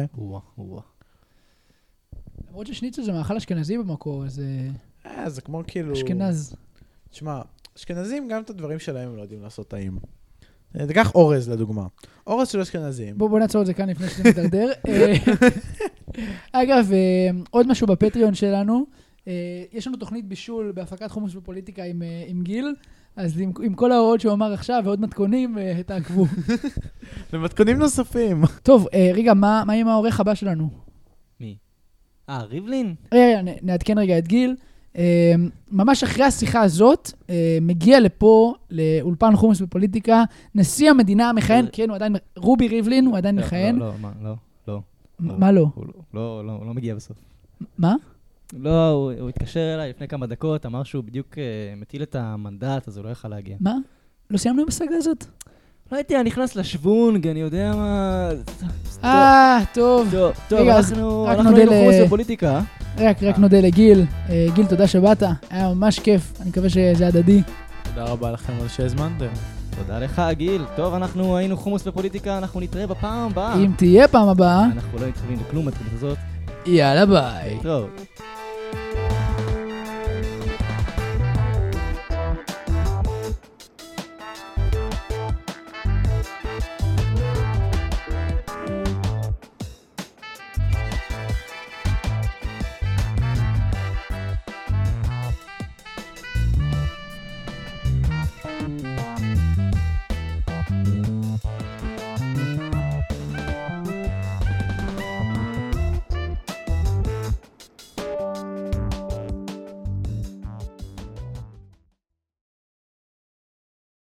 S3: למרות ששניצל זה מאכל אשכנזי במקור, אז
S4: זה כמו כאילו...
S3: אשכנז.
S4: תשמע, אשכנזים גם את הדברים שלהם הם לא יודעים לעשות טעים. תיקח אורז לדוגמה. אורז של אשכנזים.
S3: בוא נעצור את זה כאן לפני שזה מתדרדר. אגב, עוד משהו בפטריון שלנו, יש לנו תוכנית בישול בהפקת חומוס ופוליטיקה עם גיל, אז עם כל ההוראות שהוא אמר עכשיו ועוד מתכונים, תעקבו.
S4: ומתכונים נוספים.
S3: טוב, רגע, מה עם העורך הבא שלנו?
S1: מי? ריבלין?
S3: נעדכן רגע את גיל. ממש אחרי השיחה הזאת, מגיע לפה, לאולפן חומוס בפוליטיקה, נשיא המדינה המכהן, כן, הוא עדיין, רובי ריבלין, הוא עדיין מכהן.
S1: לא.
S3: מה לא?
S1: לא מגיע בסוף.
S3: מה?
S1: לא, הוא התקשר אליי לפני כמה דקות, אמר שהוא בדיוק מטיל את המנדט, אז הוא לא יכל להגיע.
S3: מה? לא סיימנו עם הסגה הזאת?
S1: לא הייתי נכנס לשוונג, אני יודע מה...
S3: טוב.
S1: טוב, אנחנו היינו חומוס בפוליטיקה.
S3: רק נודה לגיל. גיל, תודה שבאת. היה ממש כיף. אני מקווה שזה הדדי.
S2: תודה רבה לכם על שהזמנתם.
S1: תודה לך, גיל. טוב, אנחנו היינו חומוס בפוליטיקה, אנחנו נתראה בפעם הבאה.
S3: אם תהיה פעם הבאה.
S1: אנחנו לא מתחילים לכלום בתוכנית הזאת.
S3: יאללה ביי.
S1: טוב.